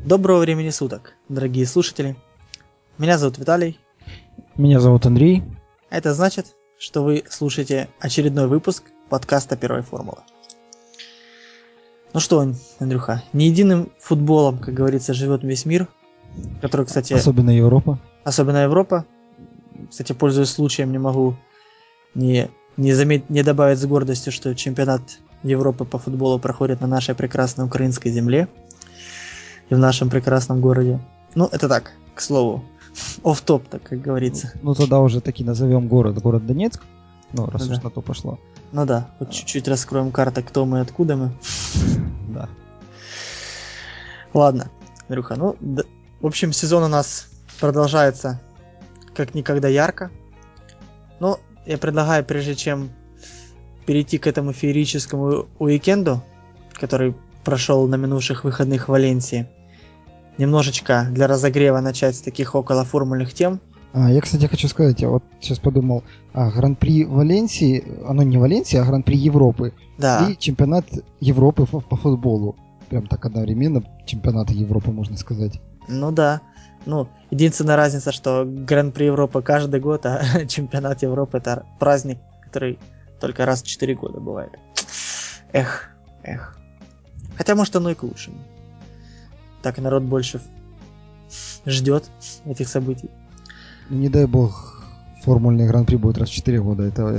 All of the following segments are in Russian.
Доброго времени суток, дорогие слушатели. Меня зовут Виталий. Меня зовут Андрей. Это значит, что вы слушаете очередной выпуск подкаста «Первой формулы». Ну что, Андрюха, не единым футболом, как говорится, живет весь мир, который, кстати... Особенно Европа. Особенно Европа. Кстати, пользуясь случаем, не могу не добавить с гордостью, что чемпионат Европы по футболу проходит на нашей прекрасной украинской земле и в нашем прекрасном городе. Ну, это так, к слову. Офф-топ, так как говорится. Ну, тогда уже таки назовем город Донецк. Ну, раз уж на то пошло. Ну да, вот чуть-чуть раскроем карты, кто мы и откуда мы. Да. Ладно, Андрюха, в общем, сезон у нас продолжается как никогда ярко. Но я предлагаю, прежде чем перейти к этому феерическому уикенду, который прошел на минувших выходных в Валенсии, немножечко для разогрева начать с таких околоформульных тем. Я, кстати, хочу сказать, я вот сейчас подумал, Гран-при Валенсии, оно не Валенсия, а Гран-при Европы. Да. И чемпионат Европы по футболу. Прям так одновременно чемпионаты Европы, можно сказать. Ну да. Ну, единственная разница, что Гран-при Европы каждый год, а чемпионат Европы это праздник, который только раз в 4 года бывает. Эх. Хотя, может, оно и к лучшему. Так народ больше ждет этих событий. Не дай бог, формульный Гран-при будет раз в 4 года.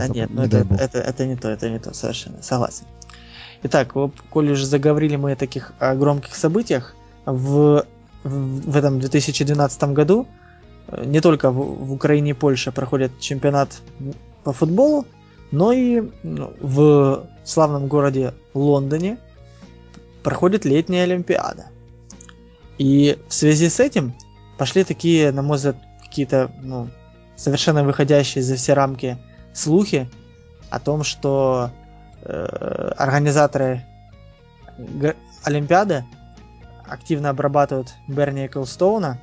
Это не то, совершенно, согласен. Итак, коль уже заговорили мы о таких громких событиях, в этом 2012 году не только в Украине и Польше проходит чемпионат по футболу, но и в славном городе Лондоне проходит летняя Олимпиада. И в связи с этим пошли такие, на мой взгляд, какие-то совершенно выходящие за все рамки слухи о том, что организаторы Олимпиады активно обрабатывают Берни Эклстоуна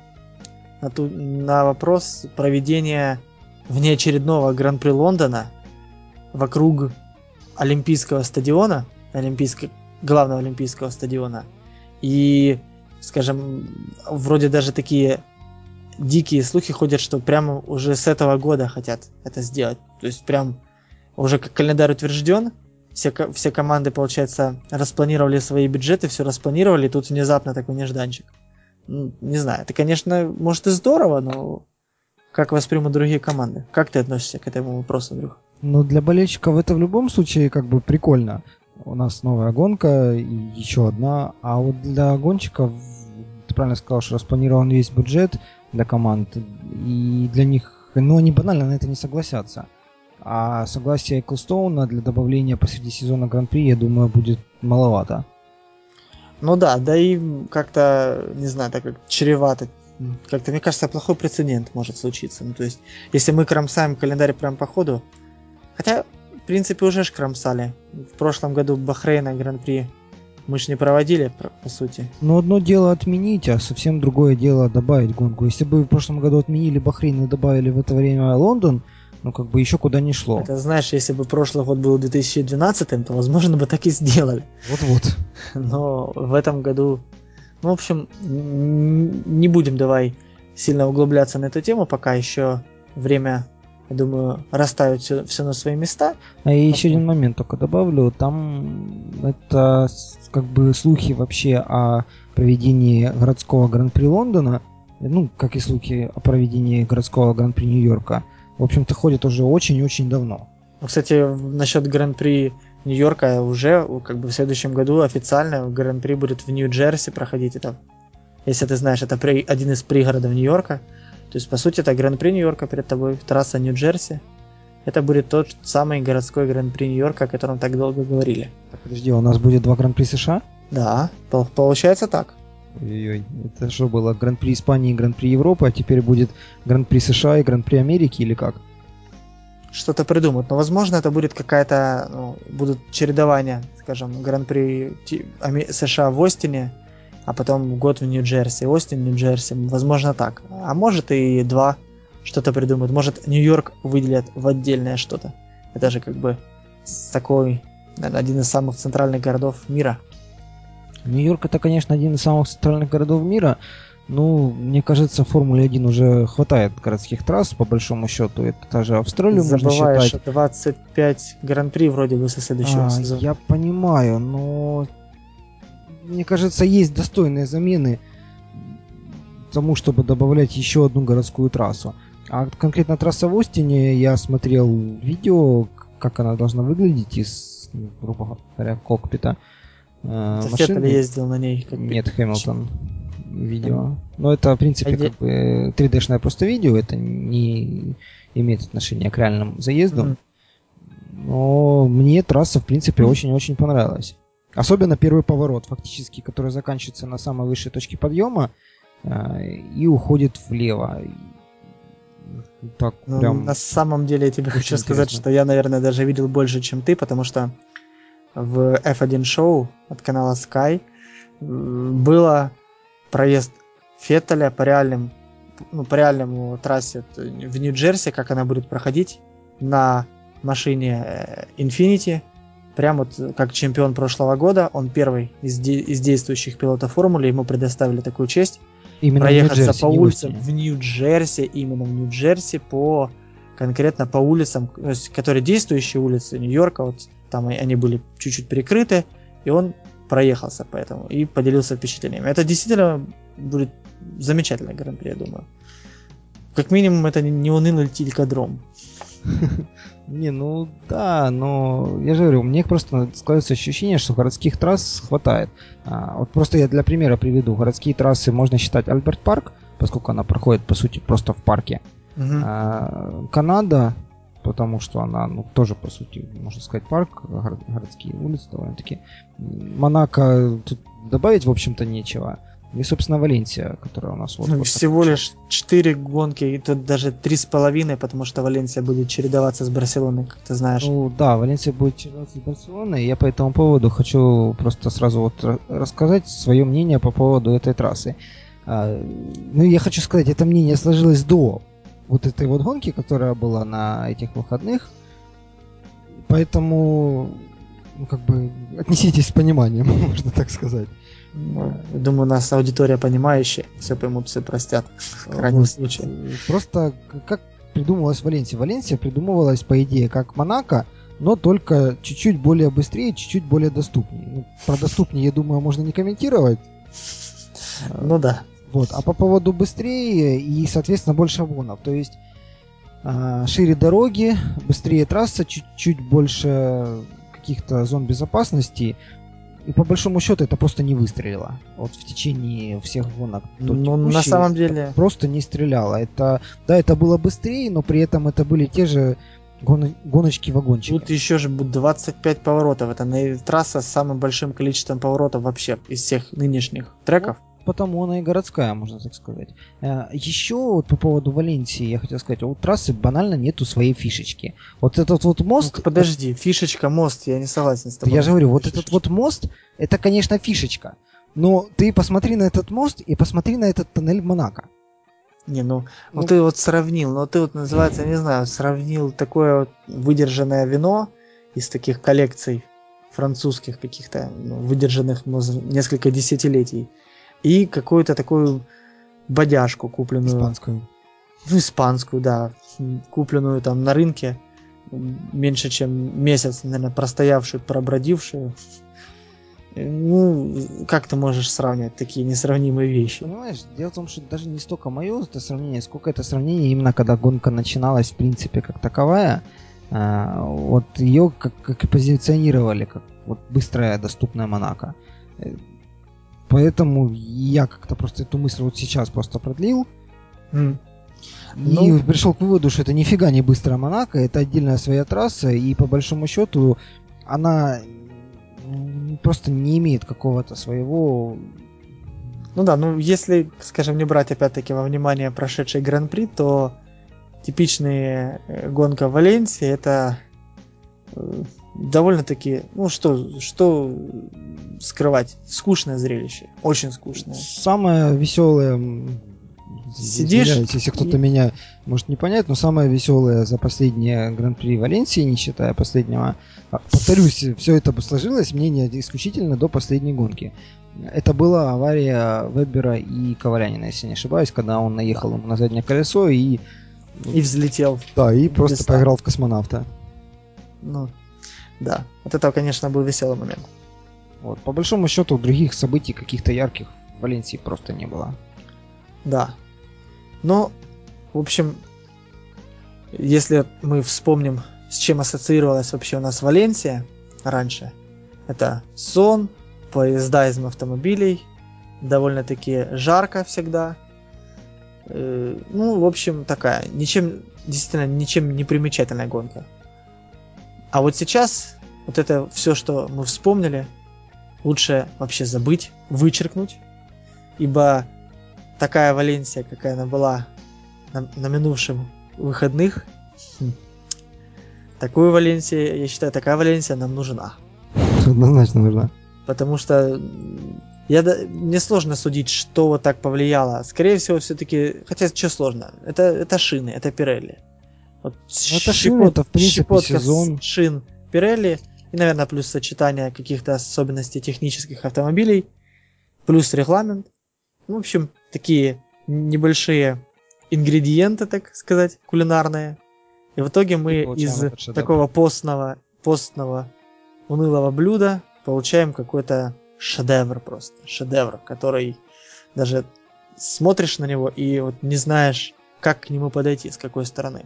на вопрос проведения внеочередного Гран-при Лондона вокруг Олимпийского стадиона, главного Олимпийского стадиона. И, скажем, вроде даже такие дикие слухи ходят, что прямо уже с этого года хотят это сделать. То есть прям уже как календарь утвержден, все команды, получается, распланировали свои бюджеты, все распланировали, и тут внезапно такой нежданчик. Не знаю, это, конечно, может и здорово, но как воспримут другие команды? Как ты относишься к этому вопросу, Андрюх? Ну, для болельщиков это в любом случае как бы прикольно. У нас новая гонка и еще одна. А вот для гонщиков, ты правильно сказал, что распланирован весь бюджет для команд. И для них, они банально на это не согласятся. А согласие Эклстоуна для добавления посреди сезона Гран-при, я думаю, будет маловато. Ну да и как-то, не знаю, так как чревато. Как-то, мне кажется, плохой прецедент может случиться. Ну, то есть, если мы кромсаем календарь прям по ходу, хотя, в принципе, уже ж кромсали. В прошлом году Бахрейна Гран-при мы ж не проводили, по сути. Но одно дело отменить, а совсем другое дело добавить гонку. Если бы в прошлом году отменили Бахрейн и добавили в это время Лондон, как бы еще куда не шло. Это, знаешь, если бы прошлый год был 2012, то, возможно, бы так и сделали. Вот-вот. Но в этом году... в общем, не будем давай сильно углубляться на эту тему, пока еще время, я думаю, расставить все на свои места. А я еще один момент только добавлю. Там это как бы слухи вообще о проведении городского Гран-при Лондона, как и слухи о проведении городского Гран-при Нью-Йорка, в общем-то, ходят уже очень-очень давно. Кстати, насчет Гран-при Нью-Йорка уже как бы в следующем году официально Гран-при будет в Нью-Джерси проходить. Это, если ты знаешь, это один из пригородов Нью-Йорка. То есть, по сути, это Гран-при Нью-Йорка перед тобой, трасса Нью-Джерси. Это будет тот самый городской Гран-при Нью-Йорка, о котором так долго говорили. Так, подожди, у нас будет 2 Гран-при США? Да, получается так. Ой-ой-ой, это что было? Гран-при Испании и Гран-при Европы, а теперь будет Гран-при США и Гран-при Америки или как? Что-то придумают. Но, возможно, это будет какая-то... будут чередования, скажем, Гран-при США в Остине, а потом год в Нью-Джерси. Остин, Нью-Джерси. Возможно, так. А может и 2 что-то придумают. Может, Нью-Йорк выделят в отдельное что-то. Это же как бы такой, наверное, один из самых центральных городов мира. Нью-Йорк это, конечно, один из самых центральных городов мира. Ну, мне кажется, в Формуле 1 уже хватает городских трасс, по большому счету. Это даже Австралию можно Забываешь, считать. что 25 гран-при вроде бы со следующего сезона. Я понимаю, но мне кажется, есть достойные замены тому, чтобы добавлять еще одну городскую трассу. А конкретно трасса в Остине, я смотрел видео, как она должна выглядеть из, грубо говоря, кокпита Это машины. Феттель ездил на ней. Как Нет, Хэмилтон видео. Но это, в принципе, как бы 3D-шное просто видео, это не имеет отношения к реальным заездам. Но мне трасса, в принципе, очень-очень понравилась. Особенно первый поворот, фактически, который заканчивается на самой высшей точке подъема и уходит влево. Так, прям на самом деле я тебе хочу сказать, что я, наверное, даже видел больше, чем ты, потому что в F1 шоу от канала Sky было проезд Феттеля по реальному трассе в Нью-Джерси, как она будет проходить на машине Infiniti. Прям вот как чемпион прошлого года, он первый из действующих пилотов формулы, ему предоставили такую честь. Именно проехаться по улицам в Нью-Джерси, именно в Нью-Джерси, конкретно по улицам, которые действующие улицы Нью-Йорка, вот там они были чуть-чуть прикрыты, и он проехался поэтому и поделился впечатлениями. Это действительно будет замечательный гран-при, я думаю. Как минимум, это не унылый тилькодром. Не, ну да, но я же говорю, мне просто складывается ощущение, что городских трасс хватает. Вот просто я для примера приведу. Городские трассы можно считать Альберт Парк, поскольку она проходит, по сути, просто в парке. Канада, потому что она, тоже, по сути, можно сказать, парк, городские улицы довольно-таки. Монако тут добавить, в общем-то, нечего. И, собственно, Валенсия, которая у нас вот всего лишь 4 гонки, и тут даже 3,5, потому что Валенсия будет чередоваться с Барселоной, как ты знаешь. Ну да, Валенсия будет чередоваться с Барселоной, и я по этому поводу хочу просто сразу вот рассказать свое мнение по поводу этой трассы. Я хочу сказать, это мнение сложилось до вот этой вот гонки, которая была на этих выходных, поэтому, отнеситесь с пониманием, можно так сказать. Думаю, у нас аудитория понимающая, все поймут, все простят, в крайнем случае. Просто как придумывалась Валенсия? Валенсия придумывалась, по идее, как Монако, но только чуть-чуть более быстрее, чуть-чуть более доступнее. Про доступнее, я думаю, можно не комментировать. Ну да. Вот. А по поводу быстрее и, соответственно, больше обгонов. То есть шире дороги, быстрее трасса, чуть-чуть больше каких-то зон безопасности. И по большому счету это просто не выстрелило. Вот в течение всех гонок. На самом деле просто не стреляло. Это было быстрее, но при этом это были те же гоночки-вагончики. Тут еще же будет 25 поворотов. Это трасса с самым большим количеством поворотов вообще из всех нынешних треков. Потому она и городская, можно так сказать. Еще вот по поводу Валенсии я хотел сказать, у трассы банально нету своей фишечки. Вот этот вот мост... Подожди, фишечка, мост, я не согласен с тобой. Я же говорю, вот этот вот мост, это, конечно, фишечка. Но ты посмотри на этот мост и посмотри на этот тоннель в Монако. Ты вот сравнил, ты вот, называется, не знаю, сравнил такое вот выдержанное вино из таких коллекций французских каких-то, выдержанных несколько десятилетий, и какую-то такую бодяжку купленную. Испанскую. Испанскую, да. Купленную там на рынке меньше чем месяц, наверное, простоявшую, пробродившую. Как ты можешь сравнивать такие несравнимые вещи? Понимаешь, дело в том, что даже не столько мое это сравнение, сколько это сравнение именно когда гонка начиналась, в принципе, как таковая. Вот ее как и позиционировали, как вот быстрая, доступная Монако. Поэтому я как-то просто эту мысль вот сейчас просто продлил. И пришел к выводу, что это нифига не быстрая Монако, это отдельная своя трасса, и по большому счету она просто не имеет какого-то своего... Если, скажем, не брать опять-таки во внимание прошедший Гран-при, то типичная гонка в Валенсии это довольно-таки, что скрывать, скучное зрелище, очень скучное. Самое веселое сидишь... Извиняюсь, если кто-то меня может не понять, но самое веселое за последнее Гран-при Валенсии, не считая последнего, повторюсь, все это сложилось мнение исключительно до последней гонки. Это была авария Вебера и Ковалянина, если не ошибаюсь, когда он наехал ему на заднее колесо и взлетел. Да, и просто поиграл в космонавта. Ну, да. Вот это, конечно, был веселый момент. Вот. По большому счету, других событий каких-то ярких в Валенсии просто не было. Да. Но, в общем, если мы вспомним, с чем ассоциировалась вообще у нас Валенсия раньше, это сон, поезда из автомобилей, довольно-таки жарко всегда. Ну, в общем, такая, действительно, ничем не примечательная гонка. А вот сейчас, вот это все, что мы вспомнили, лучше вообще забыть, вычеркнуть, ибо такая Валенсия, какая она была на минувшем выходных, такую Валенсию, я считаю, такая Валенсия нам нужна. Однозначно нужна. Потому что мне сложно судить, что вот так повлияло. Скорее всего, все-таки, хотя что сложно, это шины, это Пирелли. Вот это шины, это в принципе сезон. Шин Пирелли и, наверное, плюс сочетание каких-то особенностей технических автомобилей, плюс регламент. В общем, такие небольшие ингредиенты, так сказать, кулинарные. И в итоге мы из такого постного, унылого блюда получаем какой-то шедевр просто. Шедевр, который даже смотришь на него и вот не знаешь, как к нему подойти, с какой стороны.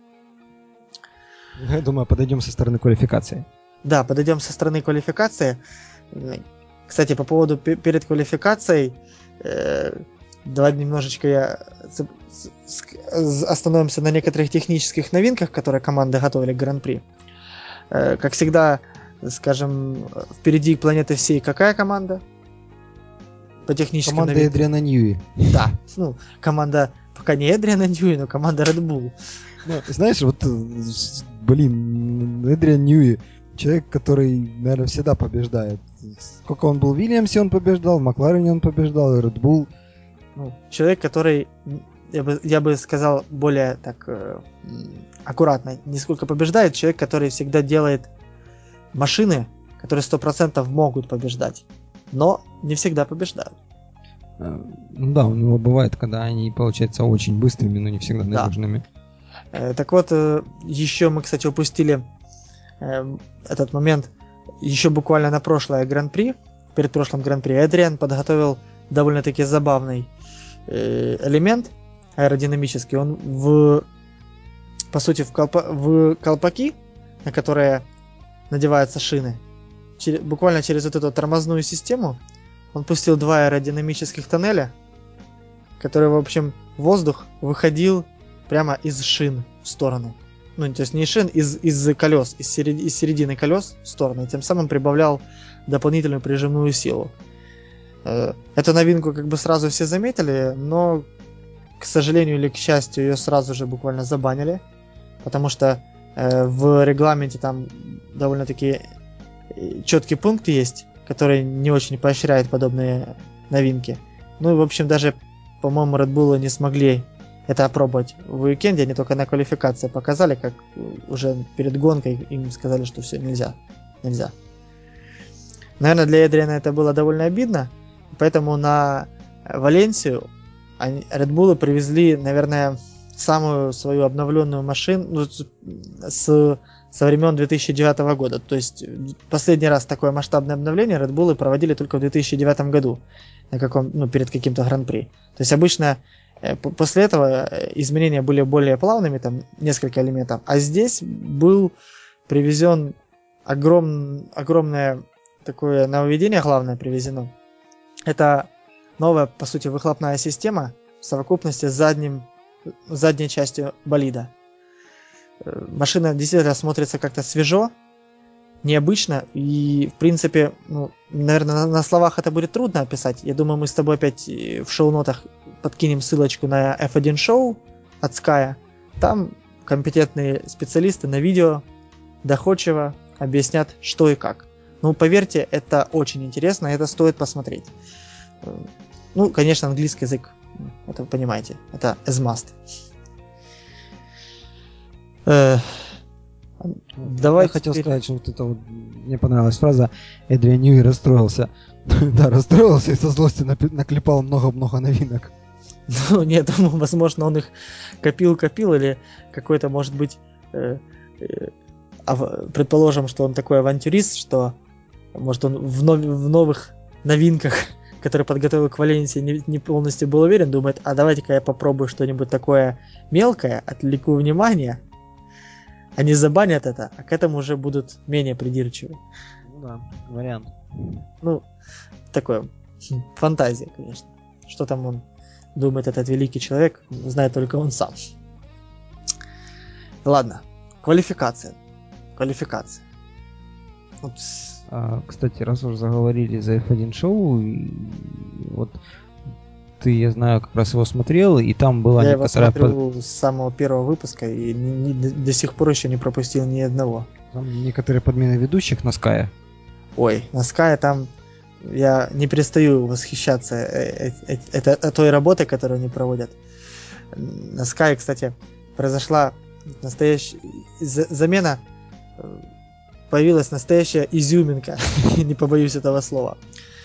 Я думаю, подойдем со стороны квалификации. Да, подойдем со стороны квалификации. Кстати, по поводу перед квалификацией, давай немножечко остановимся на некоторых технических новинках, которые команды готовили к Гран-при. Как всегда, скажем, впереди планеты всей какая команда? По техническим команда новинкам. Эдриана Ньюи. Да, команда пока не Эдриана Ньюи, но команда Red Bull. Ну, знаешь, вот, Эдриан Ньюи, человек, который, наверное, всегда побеждает. Сколько он был в Вильямсе, он побеждал, в Макларене он побеждал, и Red Bull. Человек, который, я бы сказал, более так аккуратно, не сколько побеждает, человек, который всегда делает машины, которые 100% могут побеждать, но не всегда побеждают. Да, у него бывает, когда они получаются очень быстрыми, но не всегда надежными. Так вот, еще мы, кстати, упустили этот момент. Еще буквально на прошлое Гран-при, перед прошлым Гран-при, Эдриан подготовил довольно-таки забавный элемент аэродинамический. Он по сути, в колпаки, на которые надеваются шины, буквально через вот эту тормозную систему, он пустил 2 аэродинамических тоннеля, которые, в общем, воздух выходил прямо из шин в стороны. Ну, то есть не из шин, из колес, из середины колес в стороны. И тем самым прибавлял дополнительную прижимную силу. Эту новинку как бы сразу все заметили, но, к сожалению или к счастью, ее сразу же буквально забанили. Потому что в регламенте там довольно-таки четкий пункт есть, который не очень поощряет подобные новинки. Ну и, в общем, даже, по-моему, Red Bull не смогли это опробовать в уикенде, они только на квалификации показали, как уже перед гонкой им сказали, что все, нельзя. Наверное, для Эдриана это было довольно обидно, поэтому на Валенсию Red Bull привезли, наверное, самую свою обновленную машину со времен 2009 года. То есть последний раз такое масштабное обновление Red Bull проводили только в 2009 году перед каким-то гран-при. То есть обычно после этого изменения были более плавными, там несколько элементов, а здесь был привезен огромное такое нововведение, главное привезено. Это новая, по сути, выхлопная система в совокупности с задней частью болида. Машина действительно смотрится как-то свежо, необычно, и, в принципе, наверное, на словах это будет трудно описать. Я думаю, мы с тобой опять в шоу-нотах подкинем ссылочку на F1 шоу от Sky. Там компетентные специалисты на видео доходчиво объяснят, что и как. Поверьте, это очень интересно, это стоит посмотреть. Конечно, английский язык это вы понимаете, это as must. Давай. Я хотел сказать, что вот это вот, мне понравилась фраза, Эдриан Ньюи расстроился. Да, расстроился и со злости наклепал много-много новинок. Ну, нет, возможно, он их копил, или какой-то, может быть, предположим, что он такой авантюрист, что, может, он в новых новинках, которые подготовил к Валенсии, не полностью был уверен, думает, а давайте-ка я попробую что-нибудь такое мелкое, отвлеку внимание, они забанят это, а к этому уже будут менее придирчивы. Ну да, вариант. Ну, такое, фантазия, конечно. Что там он думает, этот великий человек, знает только он сам. Ладно, квалификация. Вот. Кстати, раз уж заговорили за F1 шоу, вот ты, я знаю, как раз его смотрел, и там была Я некоторая... его смотрю с самого первого выпуска, и до сих пор еще не пропустил ни одного. Там некоторые подмены ведущих на Sky. Ой, на Sky там я не перестаю восхищаться той работой, которую они проводят. На Sky, кстати, произошла настоящая замена, появилась настоящая изюминка, не побоюсь этого слова.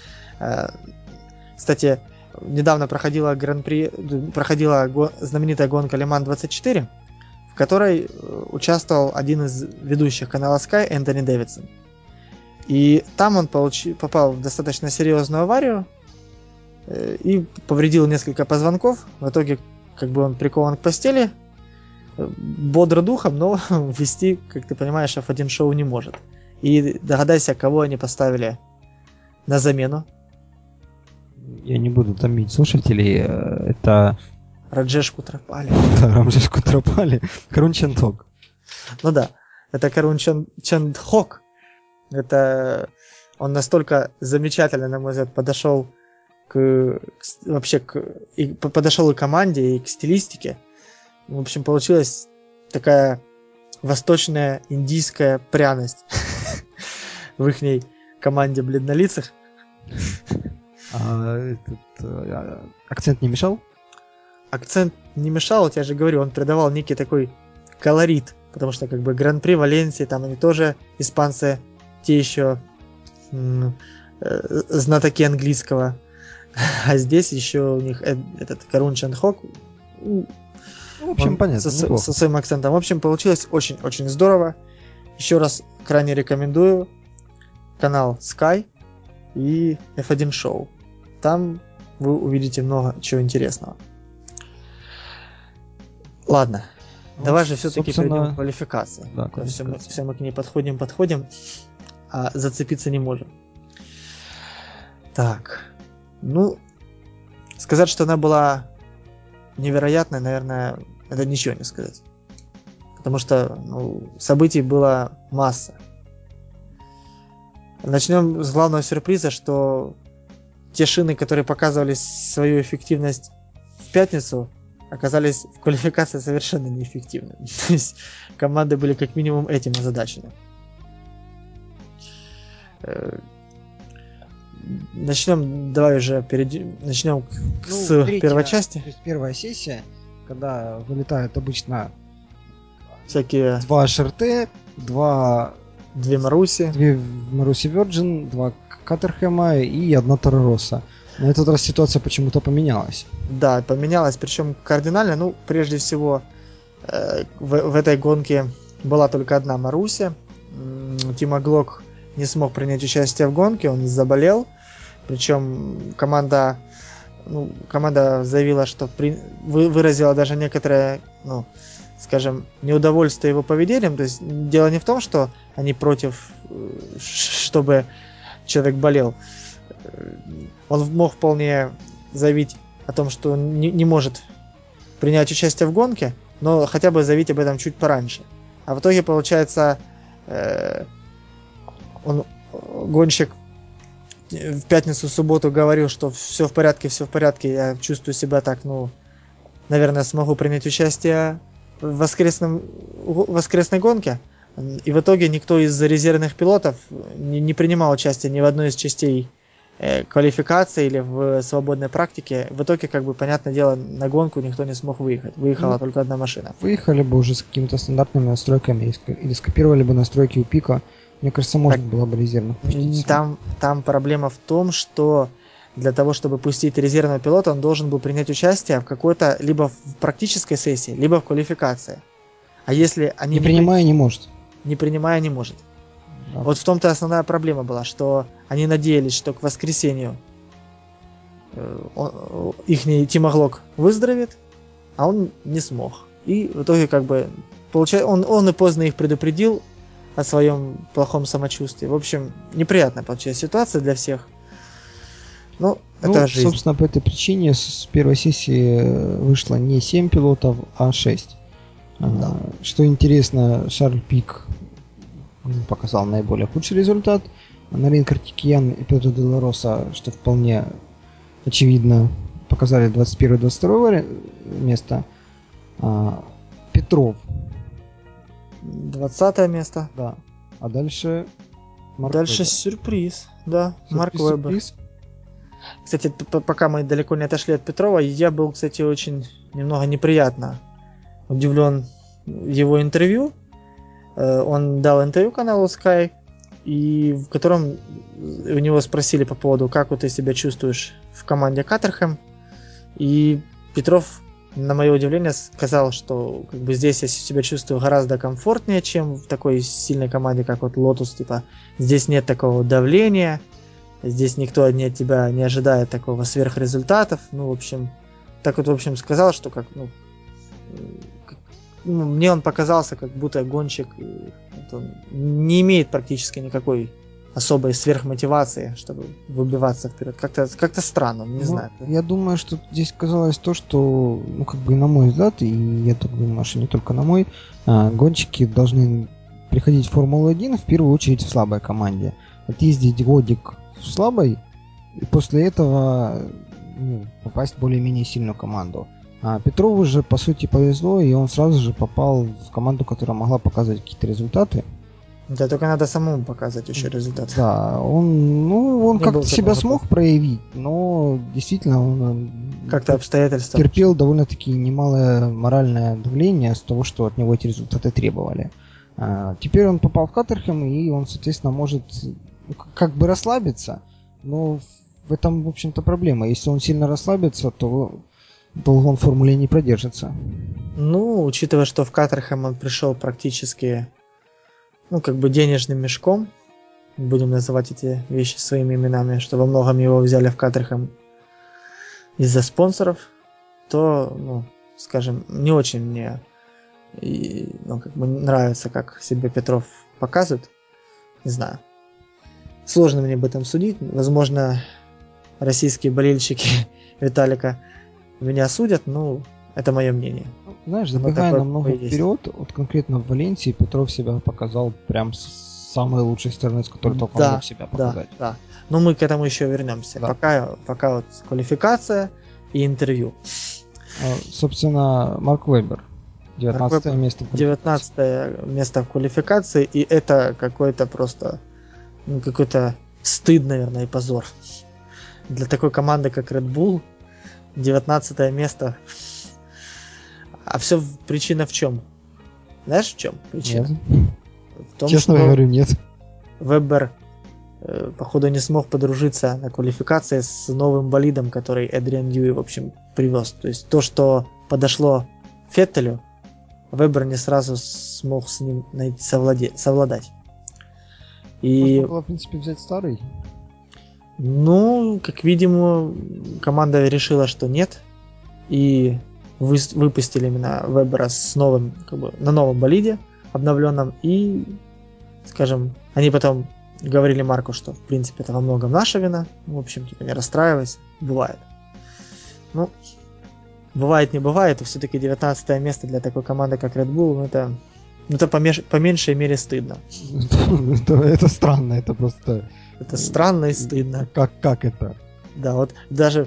Кстати, недавно проходила знаменитая гонка Le Mans 24, в которой участвовал один из ведущих канала Sky, Энтони Дэвидсон. И там он попал в достаточно серьезную аварию и повредил несколько позвонков. В итоге, как бы он прикован к постели, бодро духом, но вести, как ты понимаешь, F1 шоу не может. И догадайся, кого они поставили на замену. Я не буду томить слушателей, это... Раджеш Кутрапали. Да, Раджеш Кутрапали. Карун Чандхок. Ну да, это Карун Чандхок. Это он настолько замечательно, на мой взгляд, подошел подошел и к команде, и к стилистике. В общем, получилась такая восточная индийская пряность в их команде бледнолицых. Акцент не мешал? Акцент не мешал, вот я же говорю, он придавал некий такой колорит, потому что как бы Гран-при Валенсии, там они тоже испанцы, те еще знатоки английского, а здесь еще у них этот Карун Чандхок, в общем, понятно, со своим акцентом. В общем, получилось очень-очень здорово. Еще раз крайне рекомендую канал Sky и F1 шоу. Там вы увидите много чего интересного. Ладно, давай же все-таки перейдем к квалификации. Да, все мы к ней подходим, а зацепиться не можем. Так, ну, сказать, что она была невероятной, наверное, это ничего не сказать. Потому что событий была масса. Начнем с главного сюрприза, что те шины, которые показывали свою эффективность в пятницу, оказались в квалификации совершенно неэффективными. То есть команды были как минимум этим озадачены. Давай уже начнем с первой части. То есть первая сессия, когда вылетают обычно всякие 2 HRT, 2 Маруси, 2 Маруси Virgin, 2 Катерхема и 1 Торо Росса. На этот раз ситуация почему-то поменялась. Да, поменялась, причем кардинально. Ну, прежде всего, в этой гонке была только одна Маруся. Тима Глок не смог принять участие в гонке, он заболел. Причем команда заявила, что выразила даже некоторое, скажем, неудовольствие его поведением. То есть дело не в том, что они против, чтобы человек болел. Он мог вполне заявить о том, что он не может принять участие в гонке, но хотя бы заявить об этом чуть пораньше. А в итоге, получается, гонщик в пятницу, в субботу говорил, что все в порядке, я чувствую себя так, наверное, смогу принять участие в воскресной гонке. И в итоге никто из резервных пилотов не принимал участие ни в одной из частей квалификации или в свободной практике, в итоге, как бы, понятное дело, на гонку никто не смог выехать. Выехала только одна машина. Выехали бы уже с какими-то стандартными настройками или скопировали бы настройки у пика. Мне кажется, можно было бы резервно пустить. Там проблема в том, что для того, чтобы пустить резервного пилота, он должен был принять участие в какой-то либо в практической сессии, либо в квалификации. А если они не принимая, не может. Не принимая, не может. Да. Вот в том-то основная проблема была, что они надеялись, что к воскресенью их Тимоглок выздоровеет, а он не смог. И в итоге, как бы, он и поздно их предупредил о своем плохом самочувствии. В общем, неприятная получилась ситуация для всех. Ну, это жизнь. Собственно, по этой причине с первой сессии вышло не 7 пилотов, а 6. Да. Что интересно, Шарль Пик показал наиболее худший результат. Нарин Картикиян и Петр Де Ла Роса, что вполне очевидно, показали 21-22 место. Петров 20 место. Да. А дальше Марк Вебер. Сюрприз. Да, Марк Вебер. Кстати, пока мы далеко не отошли от Петрова, я был, кстати, очень немного неприятно удивлен его интервью. Он дал интервью каналу Sky, и в котором у него спросили по поводу, как вот ты себя чувствуешь в команде Каттерхэм. И Петров, на мое удивление, сказал, что как бы здесь я себя чувствую гораздо комфортнее, чем в такой сильной команде, как вот Lotus. Типа, здесь нет такого давления, здесь никто от тебя не ожидает такого сверхрезультатов. Ну, в общем, так вот, в общем, сказал, что как, мне он показался, как будто гонщик не имеет практически никакой особой сверхмотивации, чтобы выбиваться вперед. Как-то странно, не знаю. Я думаю, что здесь казалось то, что, как бы на мой взгляд, и я так думаю, что не только на мой, гонщики должны приходить в Формулу-1 в первую очередь в слабой команде. Отъездить годик в слабой, и после этого попасть в более-менее сильную команду. А Петрову же, по сути, повезло, и он сразу же попал в команду, которая могла показывать какие-то результаты. Да, только надо самому показывать еще результаты. Да, он как-то себя смог проявить, но действительно он как-то обстоятельства терпел довольно-таки немалое моральное давление с того, что от него эти результаты требовали. Теперь он попал в Каттерхэм, и он, соответственно, может как бы расслабиться, но в этом, в общем-то, проблема. Если он сильно расслабится, то долго он в Формуле не продержится. Ну, учитывая, что в Каттерхэм он пришел практически, как бы денежным мешком, будем называть эти вещи своими именами, что во многом его взяли в Каттерхэм из-за спонсоров, то, скажем, не очень мне как бы нравится, как себя Петров показывает. Не знаю. Сложно мне об этом судить. Возможно, российские болельщики Виталика меня осудят, но это мое мнение. Знаешь, забегая намного вперед, вот конкретно в Валенсии Петров себя показал прям с самой лучшей стороны, с которой только он мог себя показать. Да. Но мы к этому еще вернемся. Да. Пока вот квалификация и интервью. Собственно, Марк Вебер. 19 место в квалификации. 19 место в квалификации, и это какой-то просто какой-то стыд, наверное, и позор. Для такой команды, как Red Bull, 19 место. А все причина в чем? Знаешь, в чем причина? Нет. В том, честно что говорю, нет. Вебер, походу, не смог подружиться на квалификации с новым болидом, который Эдриан Ньюи, в общем, привез. То есть то, что подошло Феттелю, Вебер не сразу смог с ним совладать. И... Можно было, в принципе, взять старый. Ну, как видимо, команда решила, что нет. И выпустили именно Вебера с новым, как бы, на новом болиде, обновленном. И, скажем, они потом говорили Марку, что, в принципе, это во многом наша вина. В общем, типа, не расстраивайся. Бывает. Ну, бывает, не бывает. И все-таки 19 место для такой команды, как Red Bull, это по меньшей мере стыдно. Это странно, это просто... Это странно и стыдно. Как это? Да, вот даже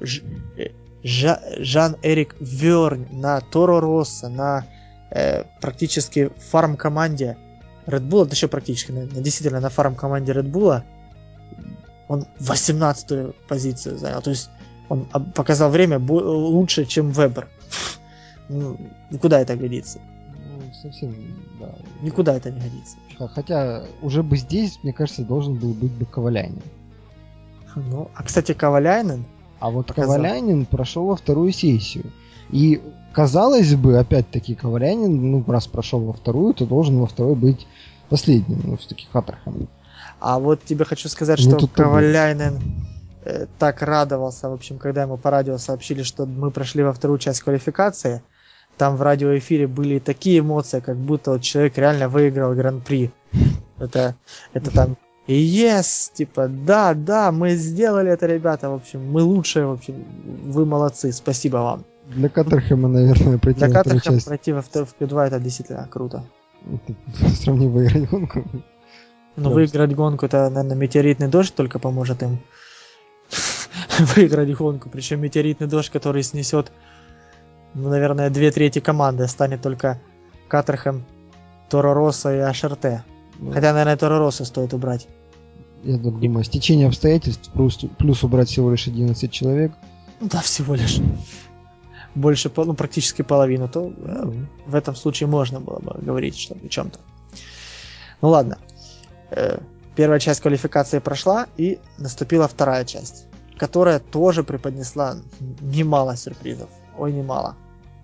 Жан-Эрик Вернь на Торо Росса, на практически фарм-команде Red Bull, это еще практически, действительно, на фарм-команде Red Bull Он 18-ю позицию занял. То есть он показал время лучше, чем Вебер. Ну, никуда это годится. Ну, совсем, да. Никуда это не годится. Хотя уже бы здесь, мне кажется, должен был быть бы Коваляйнин. Ну, а, кстати, Коваляйнин... А вот Коваляйнин прошел во вторую сессию. И, казалось бы, опять-таки, Коваляйнин, ну, раз прошел во вторую, то должен во второй быть последним. Ну, все-таки Каттерхэм. А вот тебе хочу сказать, что Коваляйнин так радовался, в общем, когда ему по радио сообщили, что мы прошли во вторую часть квалификации. Там в радиоэфире были такие эмоции, как будто вот человек реально выиграл гран-при. Это там yes, типа, да, мы сделали это, ребята, в общем, мы лучшие, в общем, вы молодцы, спасибо вам. Для Каттерхэма, наверное, пройти Для во вторую Каттерхэма часть. пройти в Q2 это действительно круто. Сравни выиграть гонку. Ну, выиграть гонку, это, наверное, метеоритный дождь только поможет им выиграть гонку. Причем метеоритный дождь, который снесет, ну, наверное, 2/3 команды, станет только Каттерхэм, Торо Россо и HRT. Хотя, наверное, Торо Россо стоит убрать. Я думаю, стечение обстоятельств плюс убрать всего лишь 11 человек. Ну да, всего лишь. Больше, ну, практически половину, то в этом случае можно было бы говорить что о чем-то. Ну ладно. Первая часть квалификации прошла, и наступила вторая часть, которая тоже преподнесла немало сюрпризов. Ой, немало.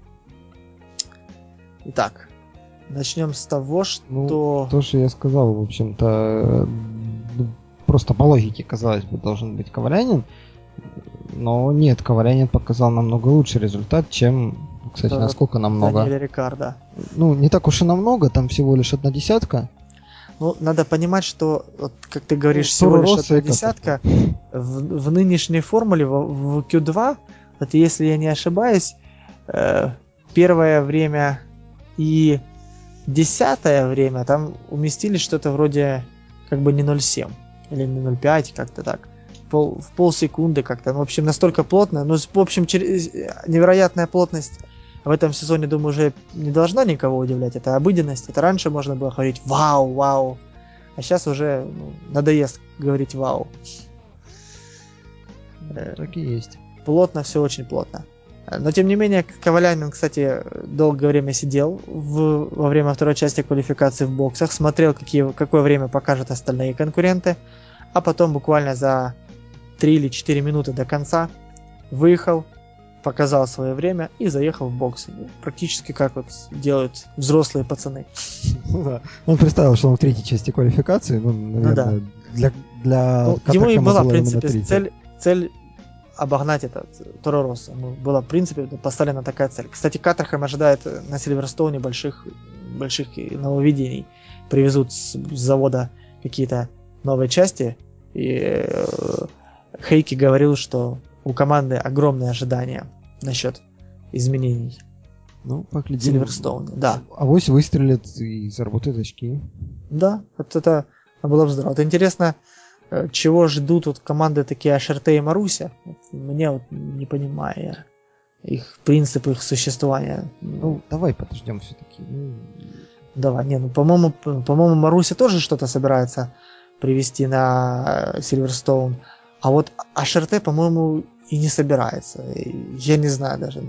Итак, начнем с того, что... Ну, то, что я сказал, в общем-то, просто по логике, казалось бы, должен быть Коваляйнин. Но нет, Коваляйнин показал намного лучший результат, чем, кстати, насколько намного. Даниэль Рикардо. Ну, не так уж и намного, там всего лишь 1/10. Ну, надо понимать, что, вот, как ты говоришь, всего лишь 1/10 в нынешней формуле, в Q2, вот если я не ошибаюсь, первое время и 10-е время там уместили что-то вроде как бы не 0,7 или не 0,5, как-то так. В полсекунды как-то. Ну, в общем, настолько плотно. Ну, в общем, невероятная плотность в этом сезоне, думаю, уже не должна никого удивлять. Это обыденность. Это раньше можно было говорить вау. А сейчас уже надоест говорить вау. Так и есть. Плотно, все очень плотно. Но, тем не менее, Коваляйнин, кстати, долгое время сидел во время второй части квалификации в боксах, смотрел, какое время покажут остальные конкуренты, а потом буквально за 3 или 4 минуты до конца выехал, показал свое время и заехал в боксы. Практически как вот делают взрослые пацаны. Он представил, что он в третьей части квалификации, наверное, для ему и была, в принципе, цель обогнать этот Торо Россо. Была, в принципе, поставлена такая цель. Кстати, Каттерхэм ожидает на Сильверстоуне больших нововведений. Привезут с завода какие-то новые части. И Хейки говорил, что у команды огромные ожидания насчет изменений. Ну, поглядим. Сильверстоуне, да. Авось выстрелят и заработают очки. Да, это было бы здорово. Вот интересно, чего ждут вот команды такие HRT и Маруся. Мне вот не понимаю их принцип, их существования. Ну, давай подождем все-таки. Давай, по-моему, Маруся тоже что-то собирается привезти на Сильверстоун. А вот HRT, по-моему, и не собирается. Я не знаю даже,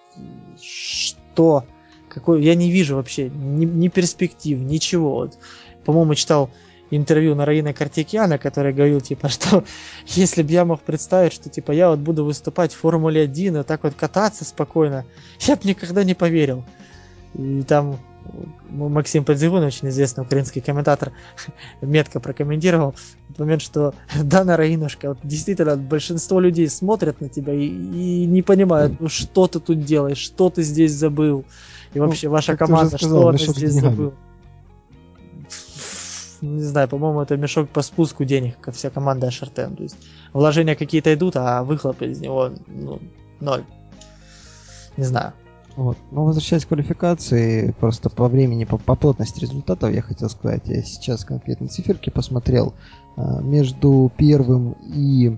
что, я не вижу вообще ни перспектив, ничего. Вот, по-моему, читал интервью Нараина Картикяна, который говорил, типа, что если бы я мог представить, что, типа, я вот буду выступать в Формуле 1 и так вот кататься спокойно, я бы никогда не поверил. И там Максим Подзигун, очень известный украинский комментатор, метко прокомментировал тот момент, что да, Нараинушка, вот действительно большинство людей смотрят на тебя и не понимают, ну что ты тут делаешь, что ты здесь забыл, и вообще ваша команда, что она здесь забыла. Не знаю, по-моему, это мешок по спуску денег, как вся команда HRT. То есть вложения какие-то идут, а выхлоп из него, ноль. Не знаю. Вот. Но возвращаясь к квалификации, просто по времени, по плотности результатов, я хотел сказать, я сейчас конкретно циферки посмотрел. Между первым и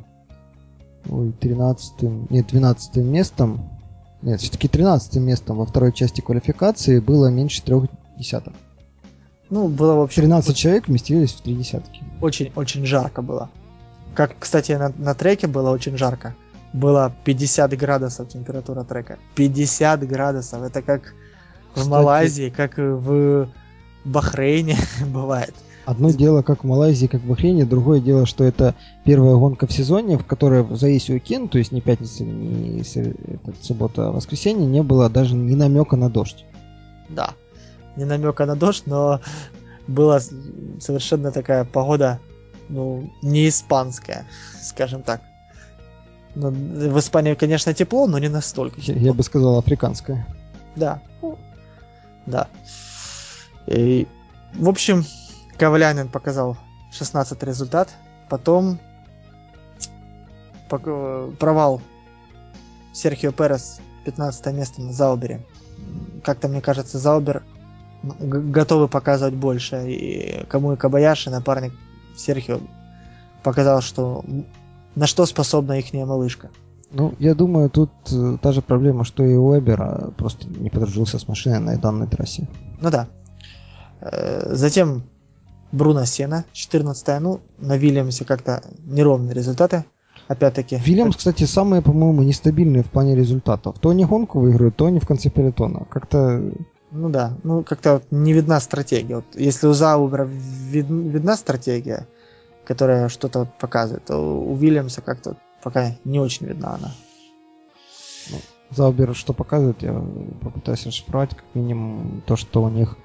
12 местом, все-таки 13 местом во второй части квалификации было меньше 0,3. Ну, было, в общем... 13 человек вместились в 0,3. Очень-очень жарко было. Как, кстати, на треке было очень жарко. Было 50 градусов температура трека. 50 градусов. Это как в Малайзии, как в Бахрейне бывает. Одно дело, как в Малайзии, как в Бахрейне, другое дело, что это первая гонка в сезоне, в которой за весь уикенд, то есть не пятница, не суббота, а воскресенье, не было даже ни намека на дождь. Да, не намека на дождь, но была совершенно такая погода, ну, не испанская, скажем так. Ну, в Испании, конечно, тепло, но не настолько тепло. Я бы сказал, африканская. Да. Да. И, в общем, Ковалянин показал 16-й результат. Потом провал Серхио Перес, 15 место на Заубере. Как-то, мне кажется, Заубер готовы показывать больше. И Камui Кобаяши, напарник Серхио, показал, что на что способна ихняя малышка. Ну, я думаю, тут та же проблема, что и у Эбера, просто не подружился с машиной на данной трассе. Ну да. Затем Бруно Сена, 14-я. Ну, на Вильямсе как-то неровные результаты. Опять-таки. Вильямс, кстати, самые, по-моему, нестабильные в плане результатов. То они гонку выиграют, то они в конце пелотона. Как-то... Ну да, ну как-то не видна стратегия. Вот если у Заубера видна стратегия, которая что-то показывает, то у Вильямса как-то пока не очень видна она. Ну, Заубер что показывает, я попытаюсь расшифровать, как минимум то, что у них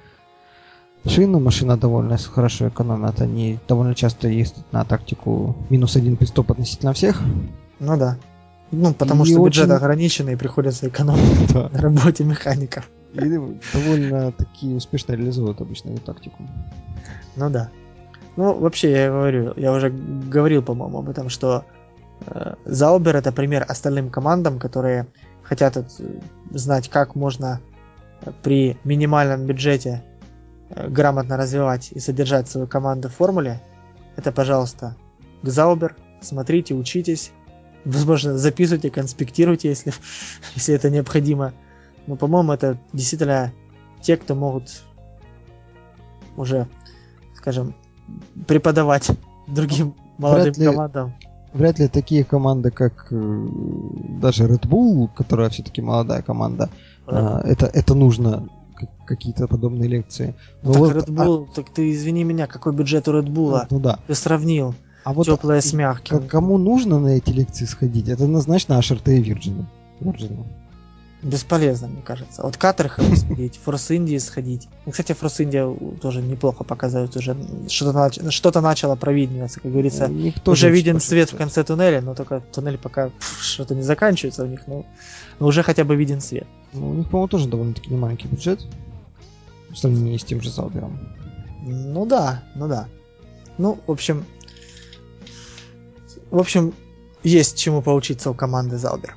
машина довольно хорошо экономит. Они довольно часто ездят на тактику -1 пит-стоп относительно всех. Ну да. Ну, потому что бюджет ограниченный, и приходится экономить на работе механиков. И довольно таки успешно реализуют обычно эту тактику. Ну да. Ну, вообще, я уже говорил, по-моему, об этом, что Заубер это пример остальным командам, которые хотят знать, как можно при минимальном бюджете грамотно развивать и содержать свою команду в формуле. Это, пожалуйста, Заубер. Смотрите, учитесь. Возможно, записывайте, конспектируйте, если это необходимо. Но, по-моему, это действительно те, кто могут уже, скажем, преподавать другим молодым командам. Вряд ли такие команды, как даже Red Bull, которая все-таки молодая команда, это нужно, какие-то подобные лекции. Ну, так Red Bull, так ты извини меня, какой бюджет у Red Bull? Ну да. Ты сравнил теплое с мягким. Кому нужно на эти лекции сходить, это однозначно HRT и Virgin. Бесполезно, мне кажется. Вот Катерхэм сходить, Force India сходить. Ну, кстати, Force India тоже неплохо показывают уже. Что-то начало провидниваться, как говорится. Уже виден свет в конце туннеля, но только туннель пока что-то не заканчивается у них, но уже хотя бы виден свет. Ну, у них, по-моему, тоже довольно-таки немаленький бюджет. В сравнении с тем же Заубером. Ну да. Ну, в общем, есть чему поучиться у команды Заубер.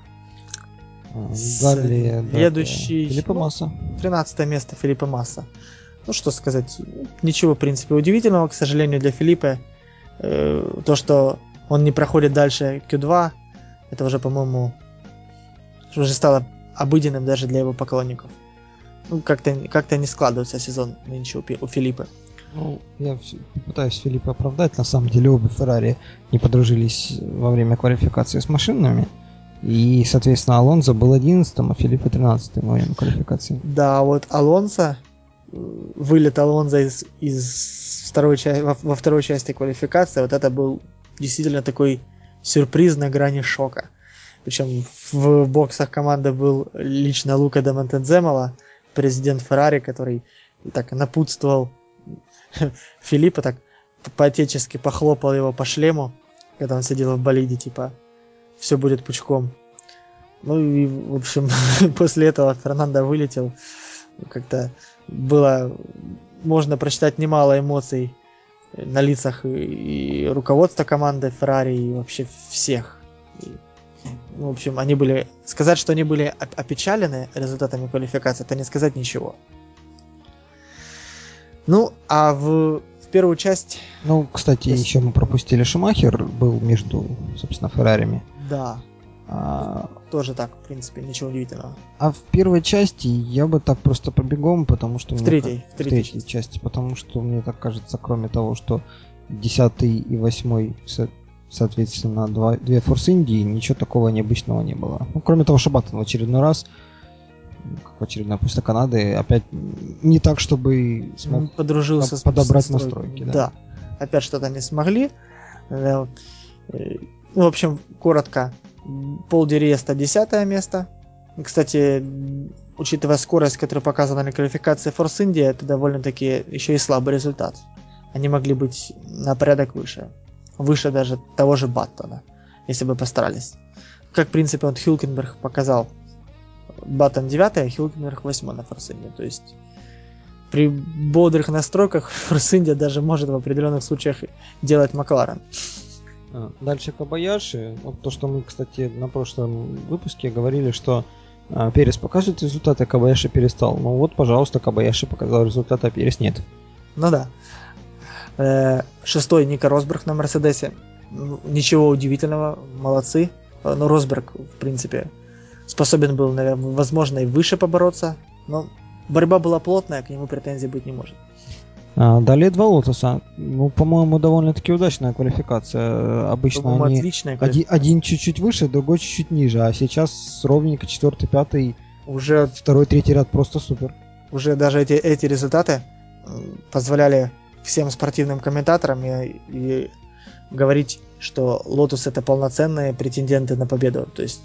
Далее, следующий, Филиппе Масса. 13 место Филиппе Масса. Ну, что сказать, ничего, в принципе, удивительного, к сожалению, для Филиппе. То, что он не проходит дальше Q2, это уже, по-моему, уже стало обыденным даже для его поклонников. Ну, как-то не складывается сезон нынче у Филиппе. Ну, я пытаюсь Филиппа оправдать. На самом деле обе Феррари не подружились во время квалификации с машинами. И, соответственно, Алонсо был 11-м, а Филиппе 13-м во время квалификации. Да, вот Алонсо, вылет Алонсо из второй части, во второй части квалификации, вот это был действительно такой сюрприз на грани шока. Причем в боксах команды был лично Лука де Монтенземола, президент Феррари, который так напутствовал Филиппа, так по-отечески похлопал его по шлему, когда он сидел в болиде, типа, все будет пучком. Ну и, в общем, после этого Фернандо вылетел. Как-то было... Можно прочитать немало эмоций на лицах и руководства команды Феррари, и вообще всех. В общем, они были... Сказать, что они были опечалены результатами квалификации, это не сказать ничего. Ну, а в первую часть... Ну, кстати, еще мы пропустили Шумахер, был между, собственно, Феррарями. Да. Тоже так, в принципе, ничего удивительного. А в первой части я бы так просто побегом, потому что... В третьей части, потому что мне так кажется, кроме того, что 10 и 8 соответственно, две Force Indy, ничего такого необычного не было. Ну, кроме того, что Баттон в очередной раз, как в очередной после Канады, опять не так, чтобы смог подружился подобрать с настройки. Да. Опять что-то не смогли. В общем, коротко. Пол ди Реста 10 место. Кстати, учитывая скорость, которую показана на квалификации Force India, это довольно-таки еще и слабый результат. Они могли быть на порядок выше. Выше даже того же Баттона, если бы постарались. Как, в принципе, он Хюлкенберг показал. Баттон 9, а Хюлкенберг 8 на Force India. То есть при бодрых настройках Force India даже может в определенных случаях делать Макларен. Дальше Кобаяши. Вот то, что мы, кстати, на прошлом выпуске говорили, что Перес показывает результаты, а Кобаяши перестал. Ну вот, пожалуйста, Кобаяши показал результаты, а Перес нет. Ну да. 6-й Ника Росберг на Мерседесе. Ничего удивительного, молодцы. Но Росберг, в принципе, способен был, наверное, возможно, и выше побороться. Но борьба была плотная, к нему претензий быть не может. Далее два Лотоса. Ну, по-моему, довольно-таки удачная квалификация. Обычно по-моему, они отличная квалификация. Один чуть-чуть выше, другой чуть-чуть ниже. А сейчас ровненько 4-й, 5-й, уже 2-й, 3-й ряд просто супер. Уже даже эти результаты позволяли всем спортивным комментаторам и говорить, что Lotus это полноценные претенденты на победу. То есть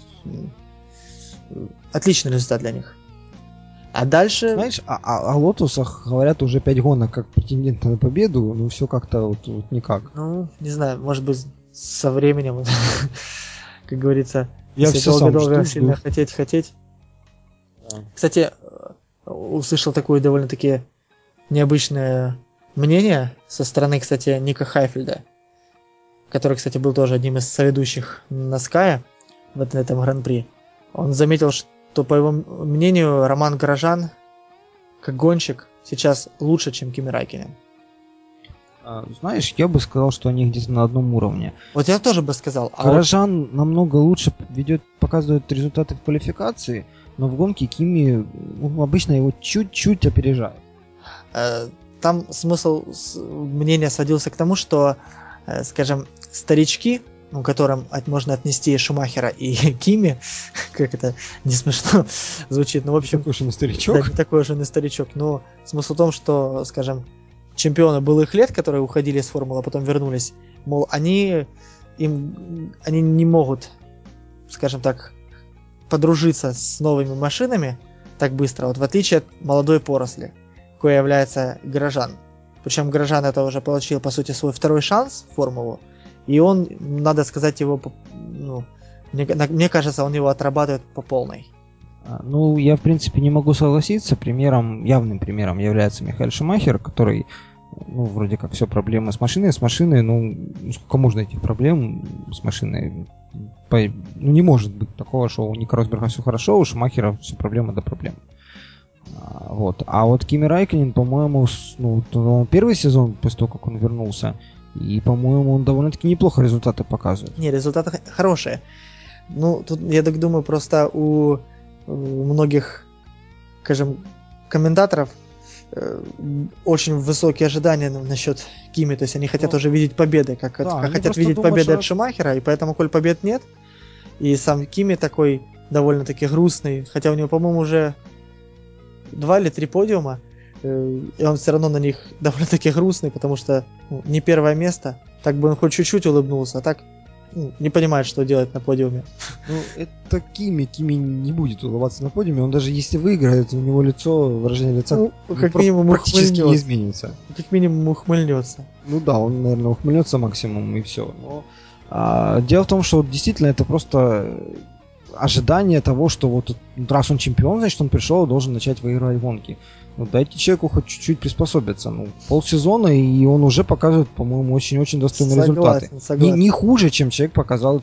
отличный результат для них. А дальше... Знаешь, о Лотусах говорят уже 5 гонок как претенденты на победу, но все как-то вот никак. Ну, не знаю, может быть, со временем, как говорится, я если долго-долго сильно хотеть. Да. Кстати, услышал такое довольно-таки необычное мнение со стороны, кстати, Ника Хайфельда, который, кстати, был тоже одним из соведущих на Sky в этом гран-при. Он заметил, что, по его мнению, Роман Грожан, как гонщик, сейчас лучше, чем Кими Райкконен. Знаешь, я бы сказал, что они где-то на одном уровне. Вот я тоже бы сказал. Грожан намного лучше показывает результаты в квалификации, но в гонке Кими обычно его чуть-чуть опережает. Там смысл мнения сводился к тому, что, скажем, старички, которым можно отнести Шумахера и Кими, как это не смешно звучит, но в общем... Не такой уж и не старичок. Да, не такой уж и не старичок, но смысл в том, что, скажем, чемпионы былых лет, которые уходили с формулы, а потом вернулись, мол, они не могут, скажем так, подружиться с новыми машинами так быстро, вот в отличие от молодой поросли, кое является Грожан. Причем Грожан это уже получил, по сути, свой второй шанс в формулу, и он, надо сказать, его, мне кажется, он его отрабатывает по полной. Ну, я, в принципе, не могу согласиться. Явным примером является Михаэль Шумахер, который, вроде как все проблемы с машиной, сколько можно этих проблем с машиной? Не может быть такого, что у Ника Росберга все хорошо, у Шумахера все проблемы до проблем. Вот. А вот Кими Райкконен, по-моему, первый сезон, после того, как он вернулся, и, по-моему, он довольно-таки неплохо результаты показывает. Не, результаты хорошие. Ну, тут, я так думаю, просто у многих, скажем, комментаторов очень высокие ожидания насчет Кими, то есть они хотят уже видеть победы, как хотят видеть победы от Шумахера, и поэтому, коль побед нет, и сам Кими такой довольно-таки грустный, хотя у него, по-моему, уже 2 или 3 подиума, и он все равно на них довольно-таки грустный, потому что не первое место, так бы он хоть чуть-чуть улыбнулся, а так не понимает, что делать на подиуме. Это Кими не будет улыбаться на подиуме, он даже если выиграет, у него выражение лица как минимум практически не изменится. Как минимум ухмыльнется. Ну да, он, наверное, ухмыльнется максимум и все. Но дело в том, что действительно это просто ожидание того, что вот раз он чемпион, значит он пришел и должен начать выигрывать гонки. Дайте человеку хоть чуть-чуть приспособиться. Полсезона, и он уже показывает, по-моему, очень-очень достойные результаты. Согласен. Не хуже, чем человек показал,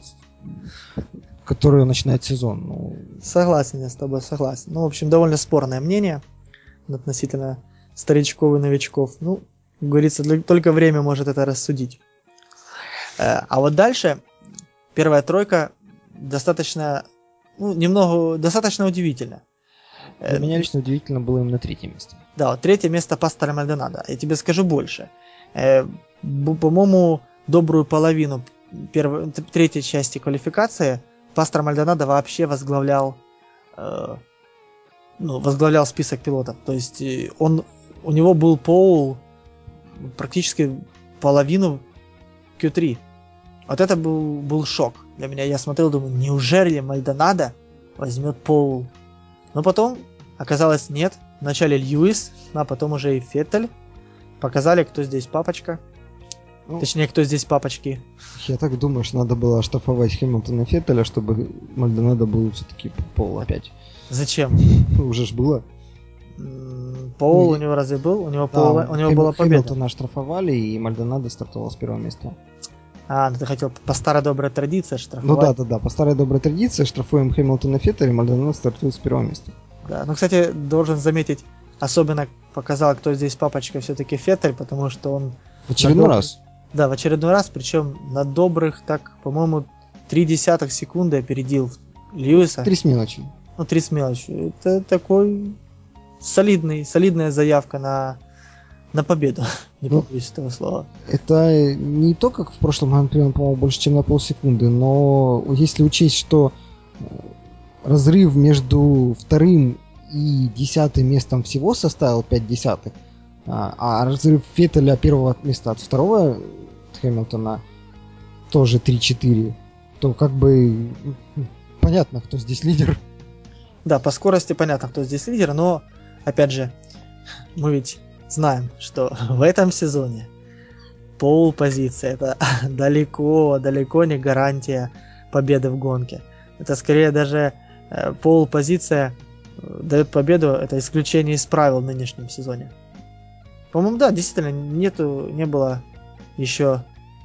который начинает сезон. Согласен, я с тобой согласен. В общем, довольно спорное мнение относительно старичков и новичков. Как говорится, только время может это рассудить. А вот дальше первая тройка достаточно удивительно. Для меня лично удивительно было именно 3-е место. Да, вот 3-е место Пастора Мальдонадо. Я тебе скажу больше. По-моему, добрую половину третьей части квалификации Пастор Мальдонадо вообще возглавлял список пилотов. То есть у него был пол практически половину Q3. Вот это был шок для меня. Я смотрел, думаю, неужели Мальдонадо возьмет пол? Но потом оказалось нет. Вначале Льюис, а потом уже и Феттель показали, кто здесь папочка. Точнее, кто здесь папочки. Я так думаю, что надо было оштрафовать Хэмилтона и Феттеля, чтобы Мальдонадо был все-таки пол опять. Зачем? Уже ж было. Пол у него разве был? У него была победа. Хэмилтона оштрафовали, и Мальдонадо стартовал с первого места. Ну ты хотел по старой доброй традиции штрафовать. Ну да, по старой доброй традиции штрафуем Хэмилтона и Феттеля, и Мальдонадо стартует с первого места. Да, кстати, должен заметить, особенно показал, кто здесь папочка, все-таки Феттель, потому что он... В очередной раз? Да, в очередной раз, причем на добрых, так, по-моему, 0,3 секунды опередил Льюиса. 3 с мелочью. 3 с мелочью. Это такой солидная заявка на победу. Не побоюсь этого слова. Это не то, как в прошлом Гран-при, он, по-моему, больше, чем на полсекунды, но если учесть, что разрыв между вторым и 10 местом всего составил 0,5, а разрыв Феттеля первого места от второго Хэмилтона тоже 3-4, то как бы понятно, кто здесь лидер. Да, по скорости понятно, кто здесь лидер, но, опять же, мы ведь знаем, что в этом сезоне пол-позиция это далеко не гарантия победы в гонке. Это скорее даже пол-позиция дает победу, это исключение из правил в нынешнем сезоне. По-моему, да, действительно, не было еще,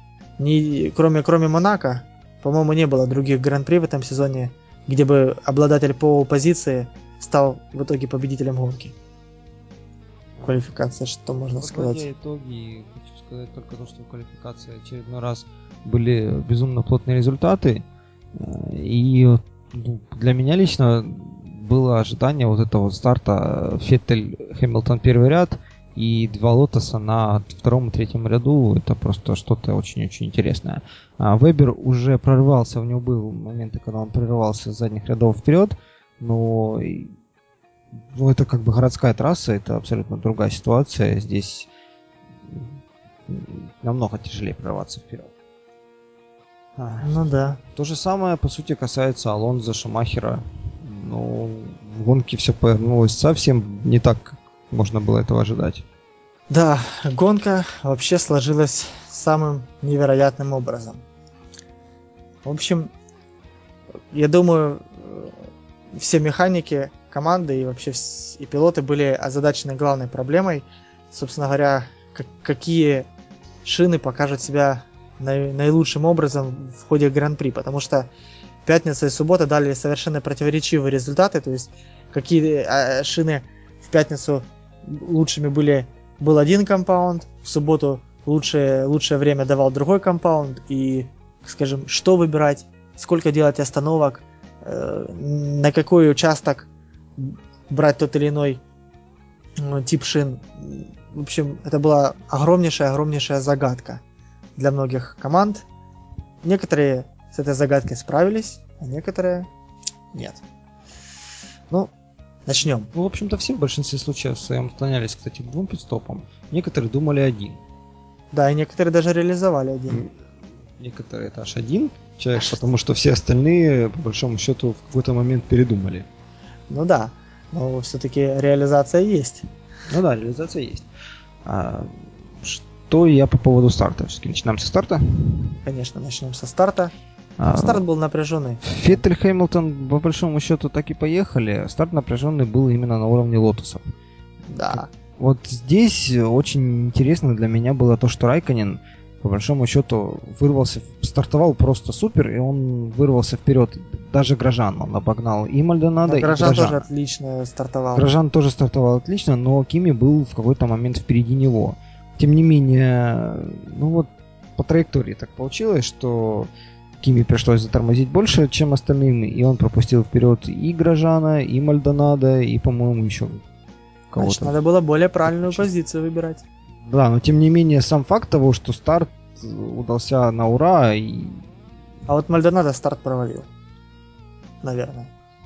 кроме Монако, по-моему, не было других гран-при в этом сезоне, где бы обладатель пол-позиции стал в итоге победителем гонки. Квалификация, что можно сказать? Подводя итоги, хочу сказать только то, что в квалификации очередной раз были безумно плотные результаты. И для меня лично было ожидание вот этого старта Феттель-Хэмилтон первый ряд и 2 Лотоса на втором и третьем ряду. Это просто что-то очень-очень интересное. Вебер уже прорывался, у него были моменты, когда он прорывался с задних рядов вперед, но это как бы городская трасса, это абсолютно другая ситуация. Здесь намного тяжелее прорваться вперед. Ну да. То же самое, по сути, касается Алонсо, Шумахера. Но в гонке все повернулось совсем не так, как можно было этого ожидать. Да, гонка вообще сложилась самым невероятным образом. В общем, я думаю, все механики команды и вообще и пилоты были озадачены главной проблемой, собственно говоря, какие шины покажут себя наилучшим образом в ходе Гран-при, потому что пятница и суббота дали совершенно противоречивые результаты, то есть какие шины в пятницу лучшими был один компаунд, в субботу лучшее время давал другой компаунд, и, скажем, что выбирать, сколько делать остановок, на какой участок брать тот или иной тип шин. В общем, это была огромнейшая загадка для многих команд. Некоторые с этой загадкой справились, а некоторые нет. Начнем. В общем-то, все в большинстве случаев своем склонялись, кстати, к 2 пит-стопам. Некоторые думали 1. Да, и некоторые даже реализовали 1. Некоторые это аж 1 человек, потому что все остальные, по большому счету, в какой-то момент передумали. Ну да, но все-таки реализация есть. Ну да, реализация есть. Что я по поводу старта? Все-таки начинаем со старта? Конечно, начнем со старта. Старт был напряженный. Феттель, Хэмилтон, по большому счету, так и поехали. Старт напряженный был именно на уровне Лотосов. Да. Вот здесь очень интересно для меня было то, что Райконен, по большому счету, стартовал просто супер, и он вырвался вперед. Даже Гражан он обогнал и Мальдонадо, и Гражан тоже отлично стартовал. Гражан тоже стартовал отлично, но Кими был в какой-то момент впереди него. Тем не менее, по траектории так получилось, что Кими пришлось затормозить больше, чем остальным, и он пропустил вперед и Гражана, и Мальдонадо, и, по-моему, еще кого-то. Значит, надо было более правильную позицию выбирать. Да, но тем не менее, сам факт того, что старт удался на ура. А вот Мальдонадо старт провалил. Наверное.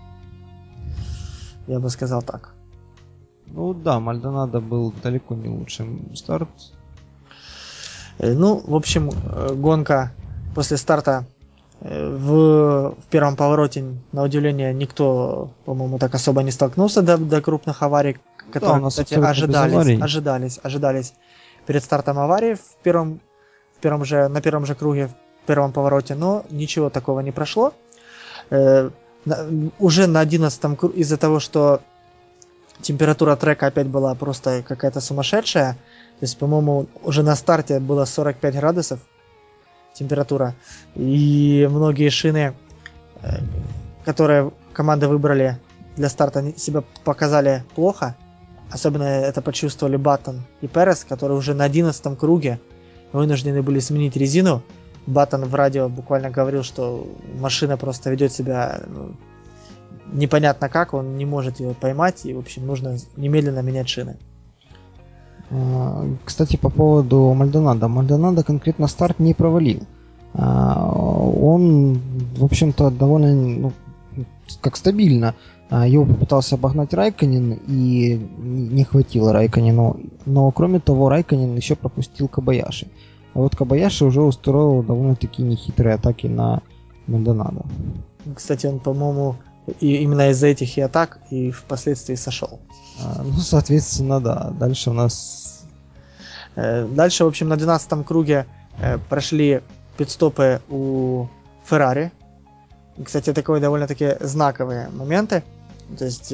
Я бы сказал так. Ну да, Мальдонадо был далеко не лучшим старт. Ну, в общем, гонка после старта в первом повороте, на удивление, никто, по-моему, так особо не столкнулся до крупных аварий, которые, да, кстати, ожидались перед стартом аварии на первом же круге, в первом повороте, но ничего такого не прошло. Уже на 11-м круге, из-за того, что температура трека опять была просто какая-то сумасшедшая, то есть, по-моему, уже на старте было 45 градусов температура, и многие шины, которые команды выбрали для старта, себя показали плохо. Особенно это почувствовали Баттон и Перес, которые уже на 11-м круге вынуждены были сменить резину. Баттон в радио буквально говорил, что машина просто ведет себя непонятно как, он не может ее поймать, и, в общем, нужно немедленно менять шины. Кстати, по поводу Мальдонадо. Мальдонадо конкретно старт не провалил. Он, в общем-то, довольно, как стабильно. Его попытался обогнать Райконен, и не хватило Райконену. Но, кроме того, Райконен еще пропустил Кобаяши. А вот Кобаяши уже устроил довольно-таки нехитрые атаки на Мальдонадо. Кстати, он, по-моему, именно из-за этих и атак и впоследствии сошел. Соответственно, да. Дальше у нас... Дальше, в общем, на 12-м круге прошли пит-стопы у Феррари. Кстати, такие довольно-таки знаковые моменты. То есть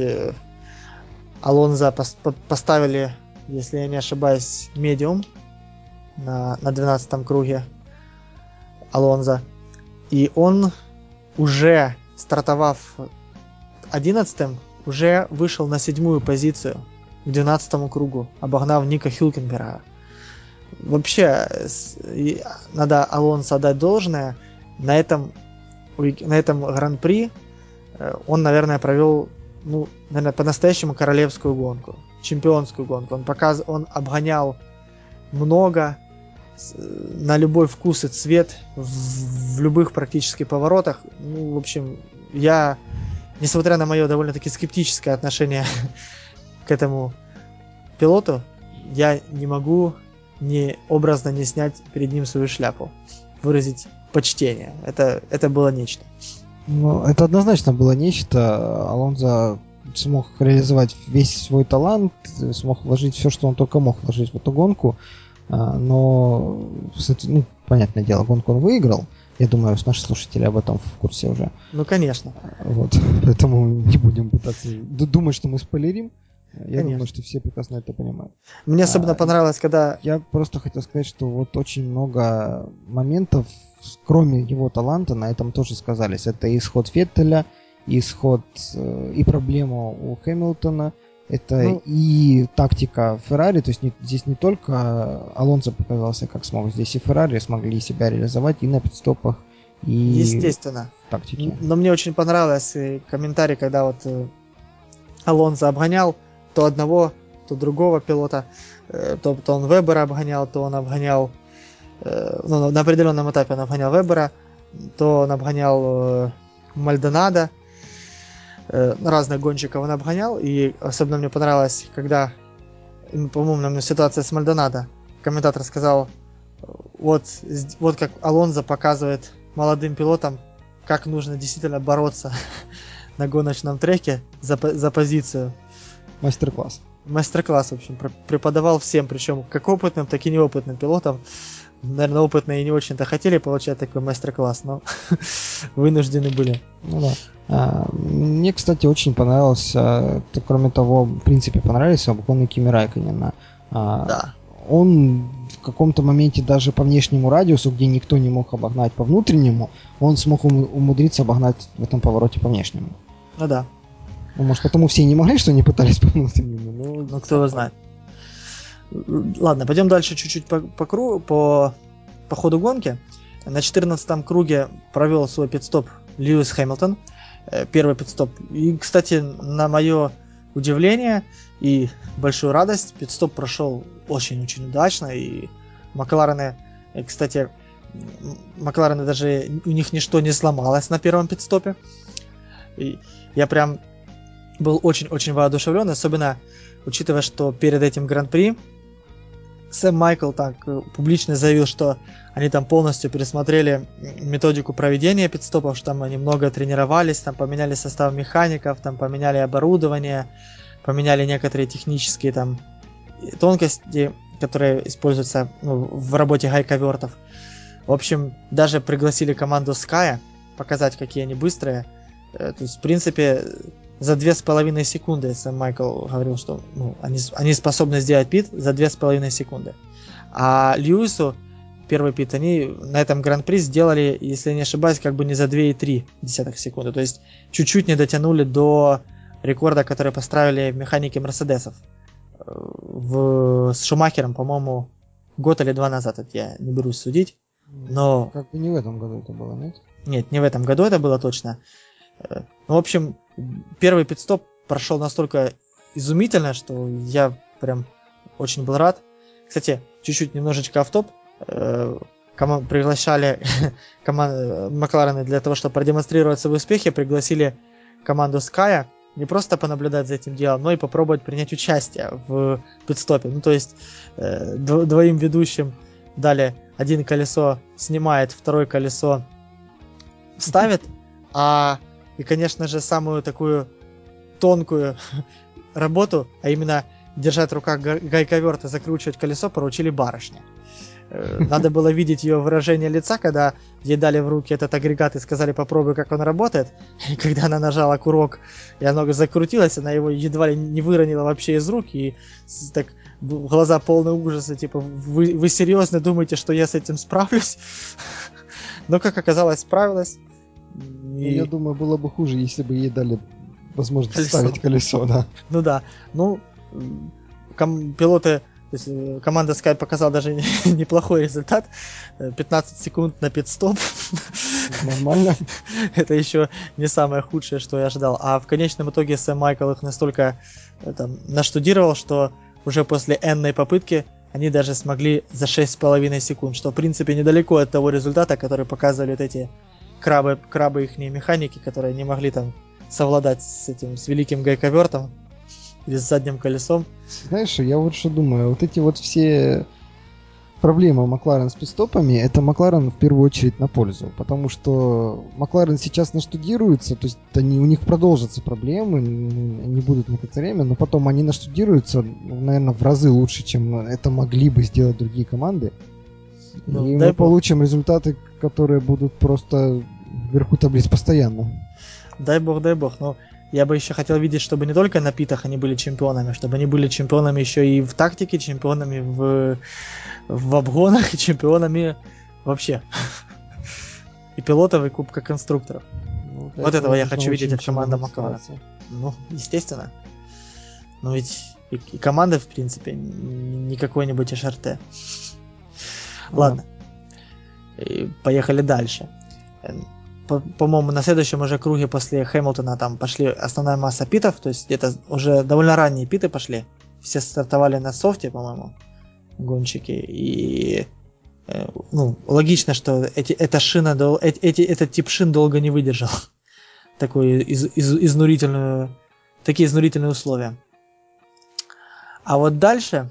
Алонзо поставили, если я не ошибаюсь, медиум на 12-м круге Алонзо. И он, уже стартовав 11-м, уже вышел на 7-ю позицию к 12-му кругу, обогнав Ника Хюлкенберга. Вообще, надо Алонсо отдать должное. На этом гран-при он, наверное, провел, по-настоящему королевскую гонку, чемпионскую гонку. Он обгонял много, на любой вкус и цвет, в любых практически поворотах. В общем, я, несмотря на мое довольно-таки скептическое отношение к этому пилоту, я не могу образно не снять перед ним свою шляпу, выразить почтение. Это было нечто. Это однозначно было нечто. Алонзо смог реализовать весь свой талант, смог вложить все, что он только мог вложить в эту гонку. Но, понятное дело, гонку он выиграл. Я думаю, наши слушатели об этом в курсе уже. Конечно. Вот, поэтому не будем пытаться думать, что мы спойлерим. Я думаю, что все прекрасно это понимают. Мне особенно понравилось, когда... Я просто хотел сказать, что вот очень много моментов, кроме его таланта, на этом тоже сказались. Это исход Феттеля, и проблема у Хэмилтона, это и тактика Феррари. То есть здесь не только Алонсо показался, как смог, здесь и Феррари смогли себя реализовать и на пит-стопах, и естественно. в тактике. Но мне очень понравился комментарий, когда вот Алонсо обгонял то одного, то другого пилота, то он Вебера обгонял, то он обгонял, на определенном этапе он обгонял Вебера, то он обгонял Мальдонадо, разных гонщиков он обгонял, и особенно мне понравилось, когда, по-моему, ситуация с Мальдонадо, комментатор сказал, вот как Алонсо показывает молодым пилотам, как нужно действительно бороться на гоночном треке за позицию. Мастер-класс. Мастер-класс, в общем, преподавал всем, причем как опытным, так и неопытным пилотам. Наверное, опытные и не очень-то хотели получать такой мастер-класс, но вынуждены были. Мне, кстати, очень понравился, кроме того, в принципе, понравился обгоны Кими Райконена. Да. Он в каком-то моменте даже по внешнему радиусу, где никто не мог обогнать по внутреннему, он смог умудриться обогнать в этом повороте по внешнему. Ну да. Может, потому все не могли, что не пытались по внутреннему. Ну, кто его знает. Ладно, пойдем дальше чуть-чуть по ходу гонки. На 14-м круге провел свой пит-стоп Льюис Хэмилтон. Первый пит-стоп. И, кстати, на мое удивление и большую радость, пит-стоп прошел очень-очень удачно. И Макларены И, кстати, Макларены даже, у них ничто не сломалось на первом пит-стопе. И я прям был очень-очень воодушевлен, особенно учитывая, что перед этим Гран-при Сэм Майкл так публично заявил, что они там полностью пересмотрели методику проведения пит-стопов, что там они много тренировались, там поменяли состав механиков, там поменяли оборудование, поменяли некоторые технические там тонкости, которые используются в работе гайковертов. В общем, даже пригласили команду Sky показать, какие они быстрые. То есть, в принципе, за 2,5 секунды Сэм Майкл говорил, что они способны сделать пит за 2,5 секунды. А Льюису первый пит они на этом гран-при сделали, если не ошибаюсь, как бы не за 2,3 секунды. То есть чуть-чуть не дотянули до рекорда, который поставили механики Мерседесов. С Шумахером, по-моему, год или 2 назад, это я не берусь судить. Но... Как бы не в этом году это было, нет? Нет, не в этом году это было точно. В общем, первый пит-стоп прошел настолько изумительно, что я прям очень был рад. Кстати, чуть-чуть немножечко автоп. Приглашали Макларены для того, чтобы продемонстрировать свои успехи, пригласили команду Sky не просто понаблюдать за этим делом, но и попробовать принять участие в пит-стопе. Ну, то есть двоим ведущим дали один колесо снимает, второе колесо ставит, и, конечно же, самую такую тонкую работу, а именно держать в руках гайковерт и закручивать колесо, поручили барышне. Надо было видеть ее выражение лица, когда ей дали в руки этот агрегат и сказали, попробуй, как он работает. И когда она нажала курок, и оно закрутилось, она его едва ли не выронила вообще из рук, и так глаза полные ужаса, типа, вы серьезно думаете, что я с этим справлюсь? Но, как оказалось, справилась. И... Я думаю, было бы хуже, если бы ей дали возможность ставить колесо, да. Ну да. Пилоты, то есть команда Sky показала даже неплохой результат. 15 секунд на пит-стоп. Нормально. Это еще не самое худшее, что я ожидал. А в конечном итоге Сэм Майкл их настолько наштудировал, что уже после n-ной попытки они даже смогли за 6,5 секунд, что в принципе недалеко от того результата, который показывали вот эти крабы ихние механики, которые не могли там совладать с великим гайковертом или с задним колесом. Знаешь, я вот что думаю, вот эти вот все проблемы Макларен с пит-стопами, это Макларен в первую очередь на пользу, потому что Макларен сейчас наштудируется, то есть у них продолжатся проблемы, они будут некоторое время, но потом они наштудируются, наверное, в разы лучше, чем это могли бы сделать другие команды. И мы получим результаты, которые будут просто вверху таблиц постоянно. Дай бог, но я бы еще хотел видеть, чтобы не только на питах они были чемпионами, чтобы они были чемпионами еще и в тактике, чемпионами в обгонах и чемпионами вообще. И пилотов, и Кубка конструкторов. Вот этого я хочу видеть от команды Макларен. Ну, естественно. Но ведь и команда, в принципе, не какой-нибудь ШРТ. Ладно. Поехали дальше. По-моему, на следующем уже круге после Хэмилтона там пошли основная масса питов, то есть где-то уже довольно ранние питы пошли. Все стартовали на софте, по-моему, гонщики. И логично, что этот тип шин долго не выдержал. Такие изнурительные условия. А вот дальше,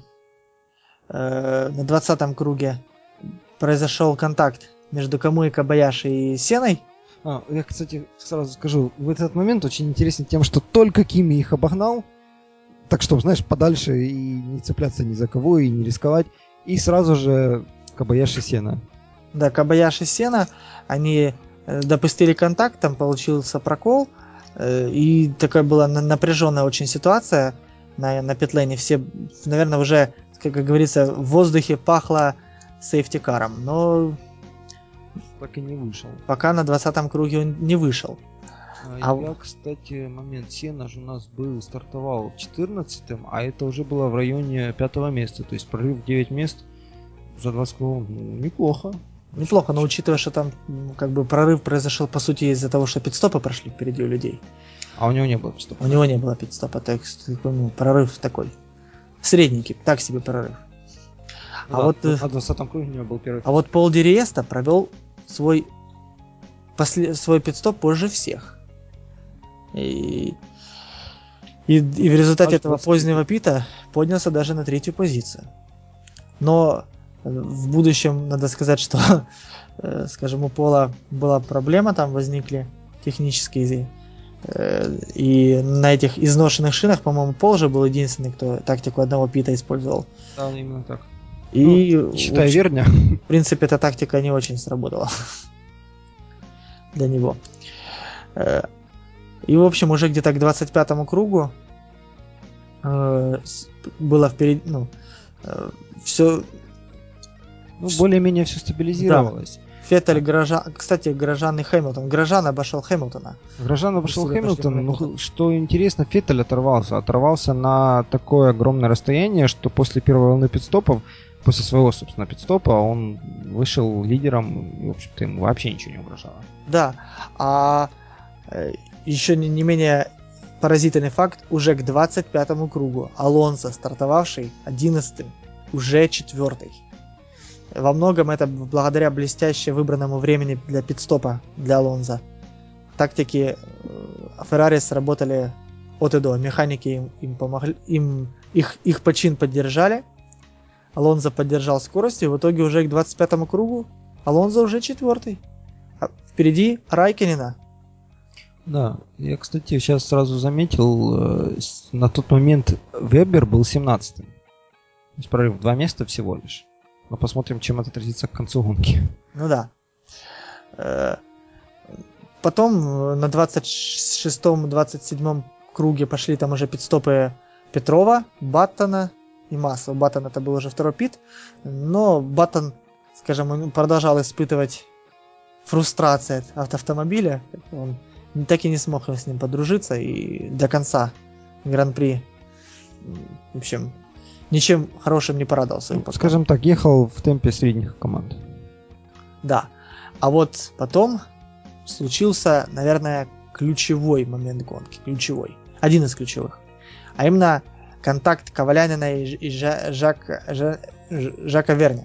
на 20-м круге, произошел контакт между Камui Кобаяши и Сеной. Я, кстати, сразу скажу, в этот момент очень интересен тем, что только Кими их обогнал, так что, знаешь, подальше и не цепляться ни за кого, и не рисковать, и сразу же Кобаяши Сена. Да, Кобаяши Сена, они допустили контакт, там получился прокол, и такая была напряженная очень ситуация на питлейне. Все, наверное, уже, как говорится, в воздухе пахло сейфтикаром, но так и не вышел. Пока на 20-м круге он не вышел. Я, кстати, момент Сена же у нас стартовал 14-м, а это уже было в районе 5-го места, то есть прорыв 9 мест за 20 кругов, неплохо. Неплохо, но учитывая, что там как бы прорыв произошел по сути из-за того, что пит-стопы прошли впереди у людей. А у него не было пит-стопа? У него не было пит-стопа, так прорыв такой средненький, так себе прорыв. А вот на 20-м круге у него был первый. А вот Пол Ди Риесто провел свой пит-стоп позже всех. И в результате этого позднего пита поднялся даже на 3-ю позицию. Но в будущем надо сказать, что, скажем, у Пола была проблема, там возникли технические. И на этих изношенных шинах, по-моему, Пол же был единственный, кто тактику одного пита использовал. Да, именно так. И, считай, верно. В принципе, эта тактика не очень сработала для него. И, в общем, уже где-то к 25-му кругу было впереди, все... более-менее все стабилизировалось. Да. Феттель, Грожан и Хэмилтон. Грожан обошел Хэмилтона. Грожан обошел Хэмилтона, но что интересно, Феттель оторвался на такое огромное расстояние, что после первой волны пит-стопов, после своего, собственно, пит-стопа, он вышел лидером, и, в общем-то, ему вообще ничего не угрожало. Да, а еще не менее поразительный факт, уже к 25-му кругу Алонсо, стартовавший 11-м, уже 4-й. Во многом это благодаря блестяще выбранному времени для пит-стопа для Алонсо. Тактики Феррари сработали от и до. Механики им помогли, их почин поддержали. Алонсо поддержал скорость, и в итоге уже к 25-му кругу Алонсо уже 4-й. А впереди Райкконена. Да, я, кстати, сейчас сразу заметил, на тот момент Вебер был 17-м. То есть прорыв в 2 места всего лишь. Но посмотрим, чем это отразится к концу гонки. Ну да. Потом на 26-м, 27-м круге пошли там уже пит-стопы Петрова, Баттона и Масса. У Баттона это был уже второй пит, но Баттон, скажем, он продолжал испытывать фрустрацию от автомобиля. Он так и не смог с ним подружиться, и до конца Гран-при, в общем, ничем хорошим не порадовался. Скажем так, ехал в темпе средних команд. Да. А вот потом случился, наверное, ключевой момент гонки. Ключевой. Один из ключевых. А именно контакт Ковалянина и Жака Верни.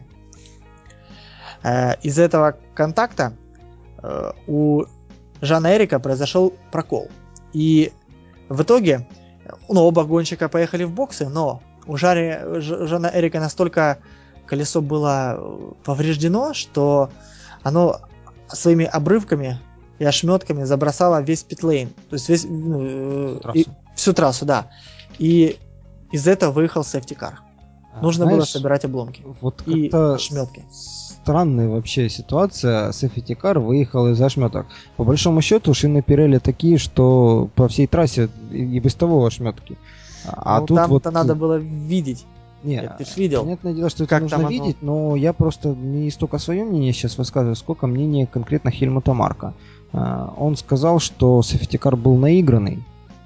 Из этого контакта у Жана Эрика произошел прокол. И в итоге оба гонщика поехали в боксы, но у Жана Эрика настолько колесо было повреждено, что оно своими обрывками и ошметками забросало весь питлейн. То есть всю трассу, да. И из этого выехал сейфти-кар. Нужно было собирать обломки и ошметки. Странная вообще ситуация. Сейфти-кар выехал из ошметок. По большому счету шины Пирелли такие, что по всей трассе и без того ошметки. А тут там-то надо было видеть. Нет, ты ж видел. Понятное дело, что это нужно видеть, но я просто не столько свое мнение сейчас высказываю, сколько мнение конкретно Хельмута Марка. Он сказал, что сейфти-кар был наигранный,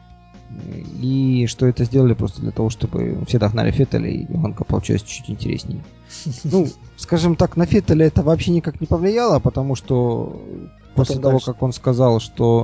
и что это сделали просто для того, чтобы все догнали Феттеля, и гонка получилась чуть интереснее. Ну, скажем так, на Феттеля это вообще никак не повлияло, потому что после того, как он сказал, что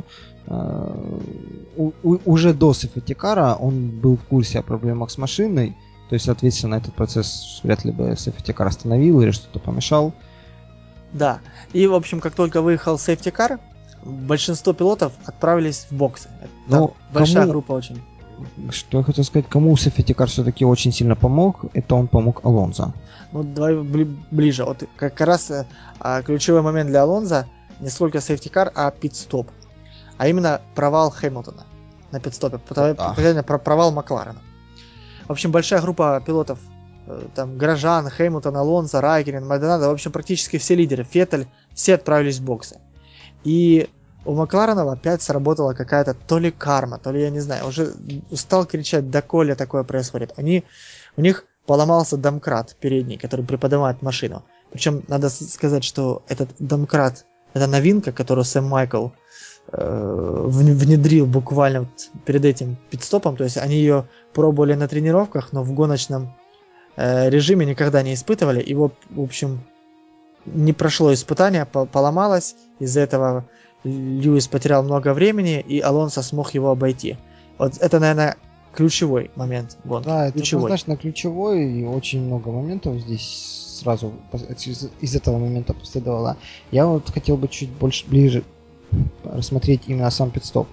уже до сейфти-кара он был в курсе о проблемах с машиной, то есть, соответственно, этот процесс вряд ли бы сейфти-кар остановил или что-то помешал. Да, и, в общем, как только выехал сейфти-кар, большинство пилотов отправились в боксы. Большая группа очень. Что я хотел сказать, кому сейфти-кар все-таки очень сильно помог, это он помог Алонсо. Ну, давай ближе. Вот как раз ключевой момент для Алонсо не сколько сейфти-кар, а пит-стоп. А именно провал Хэмилтона на пит-стопе. Провал Макларена. В общем, большая группа пилотов, там Грожан, Хэмилтон, Алонсо, Райкконен, Мальдонадо, в общем, практически все лидеры, Феттель, все отправились в боксы. И у Макларенова опять сработала какая-то то ли карма, то ли, я не знаю, уже устал кричать, доколе такое происходит. У них поломался домкрат передний, который приподнимает машину. Причем надо сказать, что этот домкрат, это новинка, которую Сэм Майкл внедрил буквально вот перед этим пит-стопом. То есть они ее пробовали на тренировках, но в гоночном режиме никогда не испытывали. И, в общем, не прошло испытание, поломалось. Из-за этого Льюис потерял много времени, и Алонсо смог его обойти. Вот это, наверное, ключевой момент гонки. Да, это однозначно ключевой, и очень много моментов здесь сразу из этого момента последовало. Я вот хотел бы чуть ближе рассмотреть именно сам пит-стоп.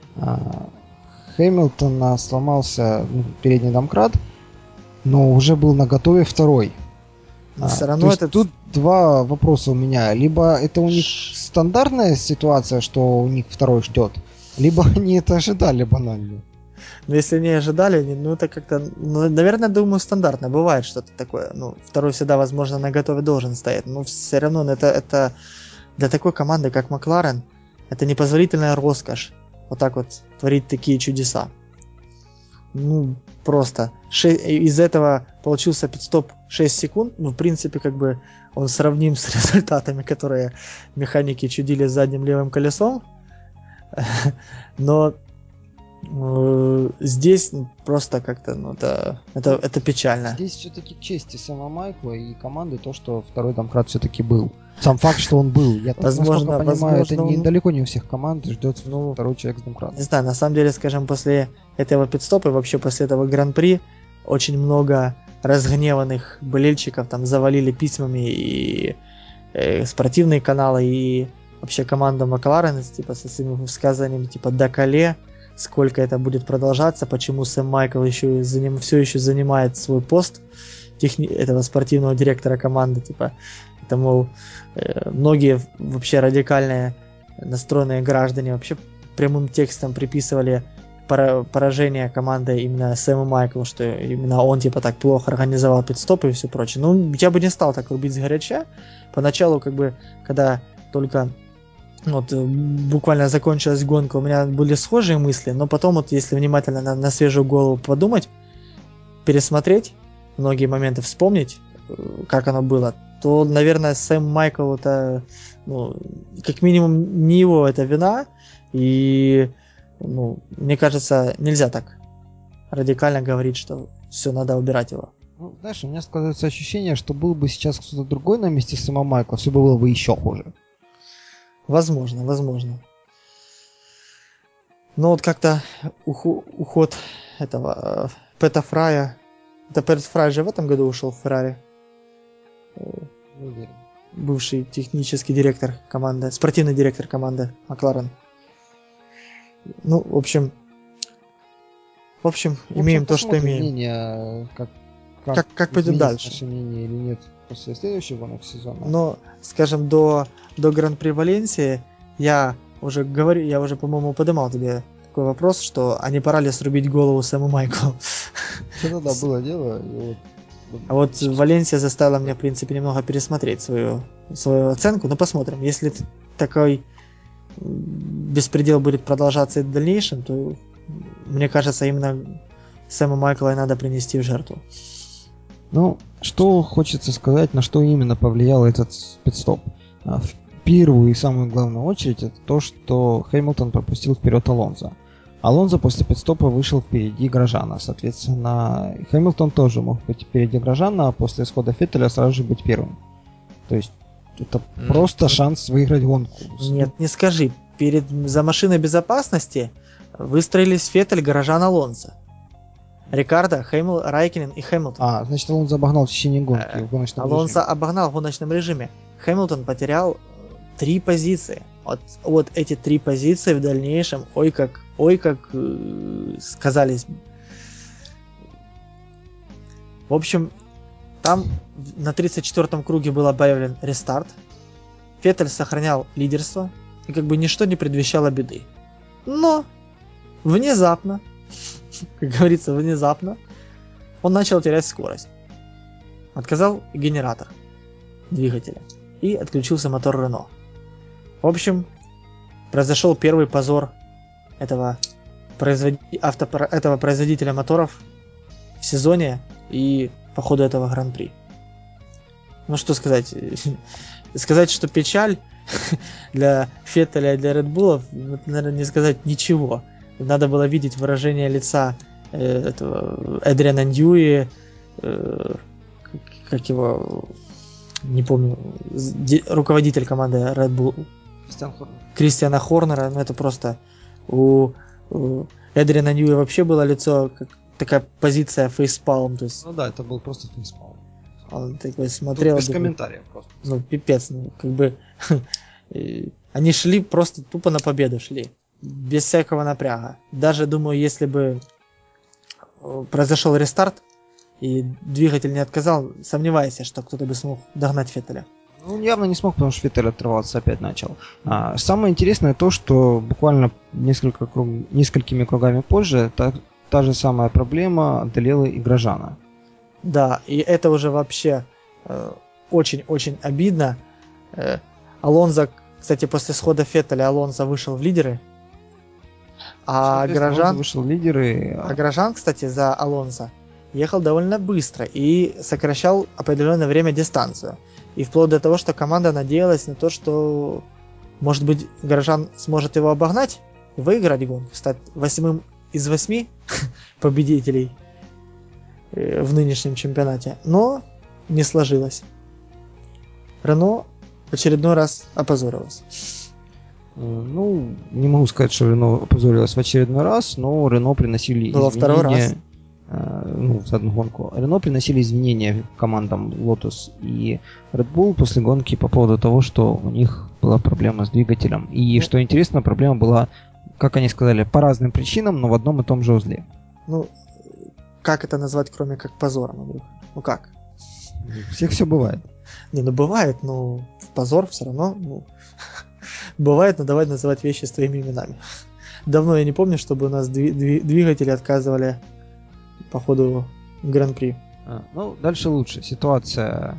Хэмилтона сломался передний домкрат, но уже был наготове второй. Но все равно тут два вопроса у меня. Либо это у них стандартная ситуация, что у них второй ждет, либо они это ожидали банально. Но если не ожидали, ну это как-то, ну, наверное, думаю, стандартно. Бывает что-то такое. Ну, второй всегда, возможно, наготове должен стоять. Но все равно это для такой команды, как Макларен, это непозволительная роскошь. Вот так вот творить такие чудеса. Ну, просто. Из этого получился пит-стоп 6 секунд. Ну, в принципе, как бы он сравним с результатами, которые механики чудили с задним левым колесом. Но здесь просто как-то, ну, это печально. Здесь все-таки к чести Сэма Майкла и команды то, что второй домкрат все-таки был. Сам факт, что он был. Я, насколько понимаю, это далеко не у всех команд ждет второй человек с домкратом. Не знаю, на самом деле, скажем, после этого пит-стопа и вообще после этого гран-при очень много разгневанных болельщиков там завалили письмами и спортивные каналы, и вообще команда Макларен, типа, со своими высказываниями, типа, доколе, сколько это будет продолжаться, почему Сэм Майкл все еще занимает свой пост этого спортивного директора команды, типа, это, мол, многие вообще радикальные настроенные граждане вообще прямым текстом приписывали поражение команды именно Сэму Майклу, что именно он типа так плохо организовал пит-стоп и все прочее. Ну, я бы не стал так рубить сгоряча. Поначалу, как бы, когда только вот буквально закончилась гонка, у меня были схожие мысли, но потом вот, если внимательно на свежую голову подумать, пересмотреть, многие моменты вспомнить, как оно было, то, наверное, Сэм Майкл это, ну, как минимум, не его это вина, и, ну, мне кажется, нельзя так радикально говорить, что все, надо убирать его. Ну, знаешь, у меня складывается ощущение, что был бы сейчас кто-то другой на месте Сэма Майкла, все было бы еще хуже. Возможно. Но вот как-то уход этого Пэта Фрая, это Пэт Фрай же в этом году ушел в Феррари? Уверен. Бывший технический директор команды, спортивный директор команды Макларен. Ну, в общем, имеем то, что имеем. Мнение, как пойдет дальше. Наше мнение или нет после следующего гонок сезона. Но, скажем, до Гран-при Валенсии я уже, по-моему, поднимал тебе такой вопрос, что а не пора ли срубить голову Сэму Майклу? Да, было дело. А вот Валенсия заставила меня, в принципе, немного пересмотреть свою оценку. Но посмотрим. Если такой беспредел будет продолжаться и в дальнейшем, то, мне кажется, именно Сэма Майкла и надо принести в жертву. Ну, что хочется сказать, на что именно повлиял этот пит-стоп. В первую и самую главную очередь это то, что Хэмилтон пропустил вперед Алонсо. Алонсо после пит-стопа вышел впереди Гражана. Соответственно, Хэмилтон тоже мог быть впереди Гражана, а после исхода Феттеля сразу же быть первым. То есть это просто шанс выиграть гонку. Нет, не скажи. За машиной безопасности выстроились Феттель, Гражан, Алонсо. Рикардо, Райкинен и Хэмилтон. Значит, Алонсо обогнал в течение гонки в гоночном режиме. Алонсо обогнал в гоночном режиме. Хэмилтон потерял 3 позиции. Вот эти 3 позиции в дальнейшем, ой как сказались. В общем, там на 34-м круге был объявлен рестарт. Феттель сохранял лидерство, и как бы ничто не предвещало беды. Но внезапно, как говорится, он начал терять скорость. Отказал генератор двигателя и отключился мотор Рено. В общем, произошел первый позор этого производителя моторов в сезоне и по ходу этого гран-при. Ну что сказать? Сказать, что печаль для Феттеля и для Red Bull, наверное, не сказать ничего. Надо было видеть выражение лица этого Эдриана Ньюи, как его, не помню, руководитель команды Red Bull. Кристиана Хорнера. Ну это просто у Эдриана Ньюи вообще было лицо, как такая позиция фейспалм. То есть... Ну да, это был просто фейспалм. Он такой смотрел. Без комментариев просто. Ну, пипец, ну, как бы они шли просто тупо на победу шли. Без всякого напряга. Даже, думаю, если бы произошел рестарт и двигатель не отказал, сомневаюсь, что кто-то бы смог догнать Феттеля. Ну, он явно не смог, потому что Феттель отрываться опять начал. Самое интересное то, что буквально несколькими кругами позже та же самая проблема одолела и Грожана. Да, и это уже вообще очень-очень обидно. Алонсо, кстати, после схода Феттеля Алонсо вышел в лидеры. А Грожан, кстати, за Алонсо ехал довольно быстро и сокращал определенное время дистанцию. И вплоть до того, что команда надеялась на то, что, может быть, Грожан сможет его обогнать и выиграть гонку, стать 8 из 8 победителей в нынешнем чемпионате. Но не сложилось. Рено в очередной раз опозорилась. Ну, не могу сказать, что Рено опозорилась в очередной раз, но Рено приносили Было второй раз. За одну гонку. Рено приносили извинения командам Lotus и Red Bull после гонки по поводу того, что у них была проблема с двигателем. И, что интересно, проблема была, как они сказали, по разным причинам, но в одном и том же узле. Ну, как это назвать, кроме как позором, Андрюха? Ну как? У всех все бывает. Не, ну бывает, но позор все равно, ну, бывает, но давай называть вещи своими именами. Давно я не помню, чтобы у нас двигатели отказывали по ходу Гран-при. Ну, дальше лучше. Ситуация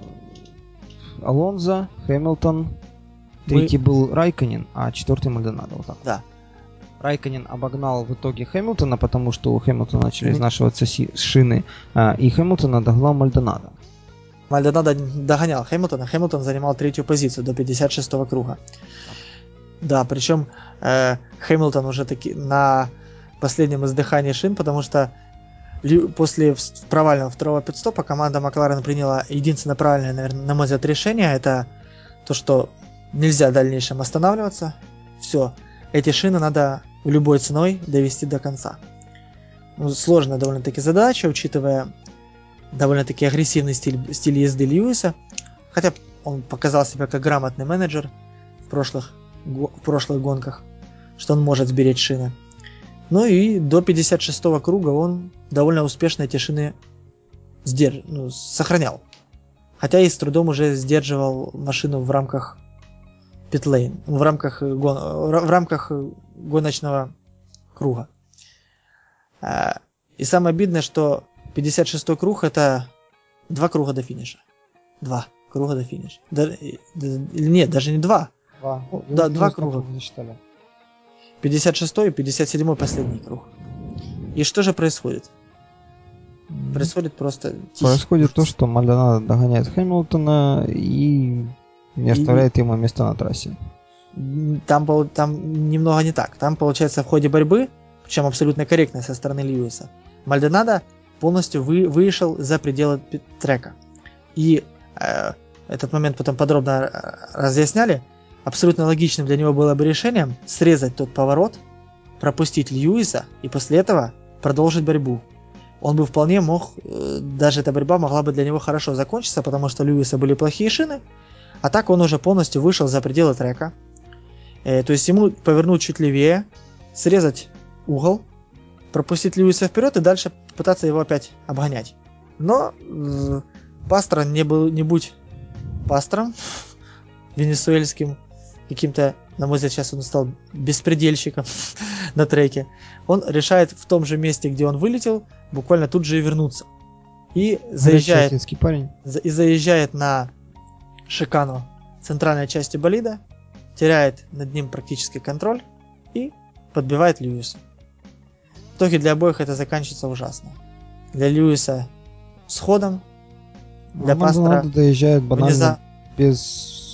Алонсо, Хэмилтон, третий был Райконен, а четвертый Мальдонадо. Вот так. Да. Райконен обогнал в итоге Хэмилтона, потому что у Хэмилтона начали изнашиваться шины, и Хэмилтона догнал Мальдонадо. Мальдонадо догонял Хэмилтона, Хэмилтон занимал третью позицию до 56-го круга. Да, причем Хэмилтон уже таки на последнем издыхании шин, потому что после провального второго пит-стопа команда Макларен приняла единственно правильное, наверное, на мой взгляд, решение. Это то, что нельзя в дальнейшем останавливаться. Все, эти шины надо любой ценой довести до конца. Ну, сложная довольно-таки задача, учитывая довольно-таки агрессивный стиль езды Льюиса. Хотя он показал себя как грамотный менеджер в прошлых гонках, что он может сберечь шины. Ну и до 56-го круга он довольно успешно эти шины сохранял. Хотя и с трудом уже сдерживал машину в рамках питлейн, в рамках гоночного круга. И самое обидное, что 56-й круг — это 2 круга до финиша. 2 круга до финиша. Нет, даже не 2. 2. Да, 2 круга. 56-й и 57-й последний круг. И что же происходит? Происходит просто... Происходит то, что Мальдонадо догоняет Хэмилтона и не оставляет ему места на трассе. Там немного не так. Там, получается, в ходе борьбы, причем абсолютно корректно со стороны Льюиса, Мальдонадо полностью вышел за пределы трека. И этот момент потом подробно разъясняли. Абсолютно логичным для него было бы решением срезать тот поворот, пропустить Льюиса и после этого продолжить борьбу. Он бы вполне мог, даже эта борьба могла бы для него хорошо закончиться, потому что у Льюиса были плохие шины, а так он уже полностью вышел за пределы трека. То есть ему повернуть чуть левее, срезать угол, пропустить Льюиса вперед и дальше пытаться его опять обгонять. Но Пастро, не будь пастором венесуэльским, каким-то, на мой взгляд, сейчас он стал беспредельщиком на треке, он решает в том же месте, где он вылетел, буквально тут же и вернуться. И заезжает на шикану центральной части болида, теряет над ним практически контроль и подбивает Льюиса. В итоге для обоих это заканчивается ужасно. Для Льюиса с ходом, для Пастора доезжает банально без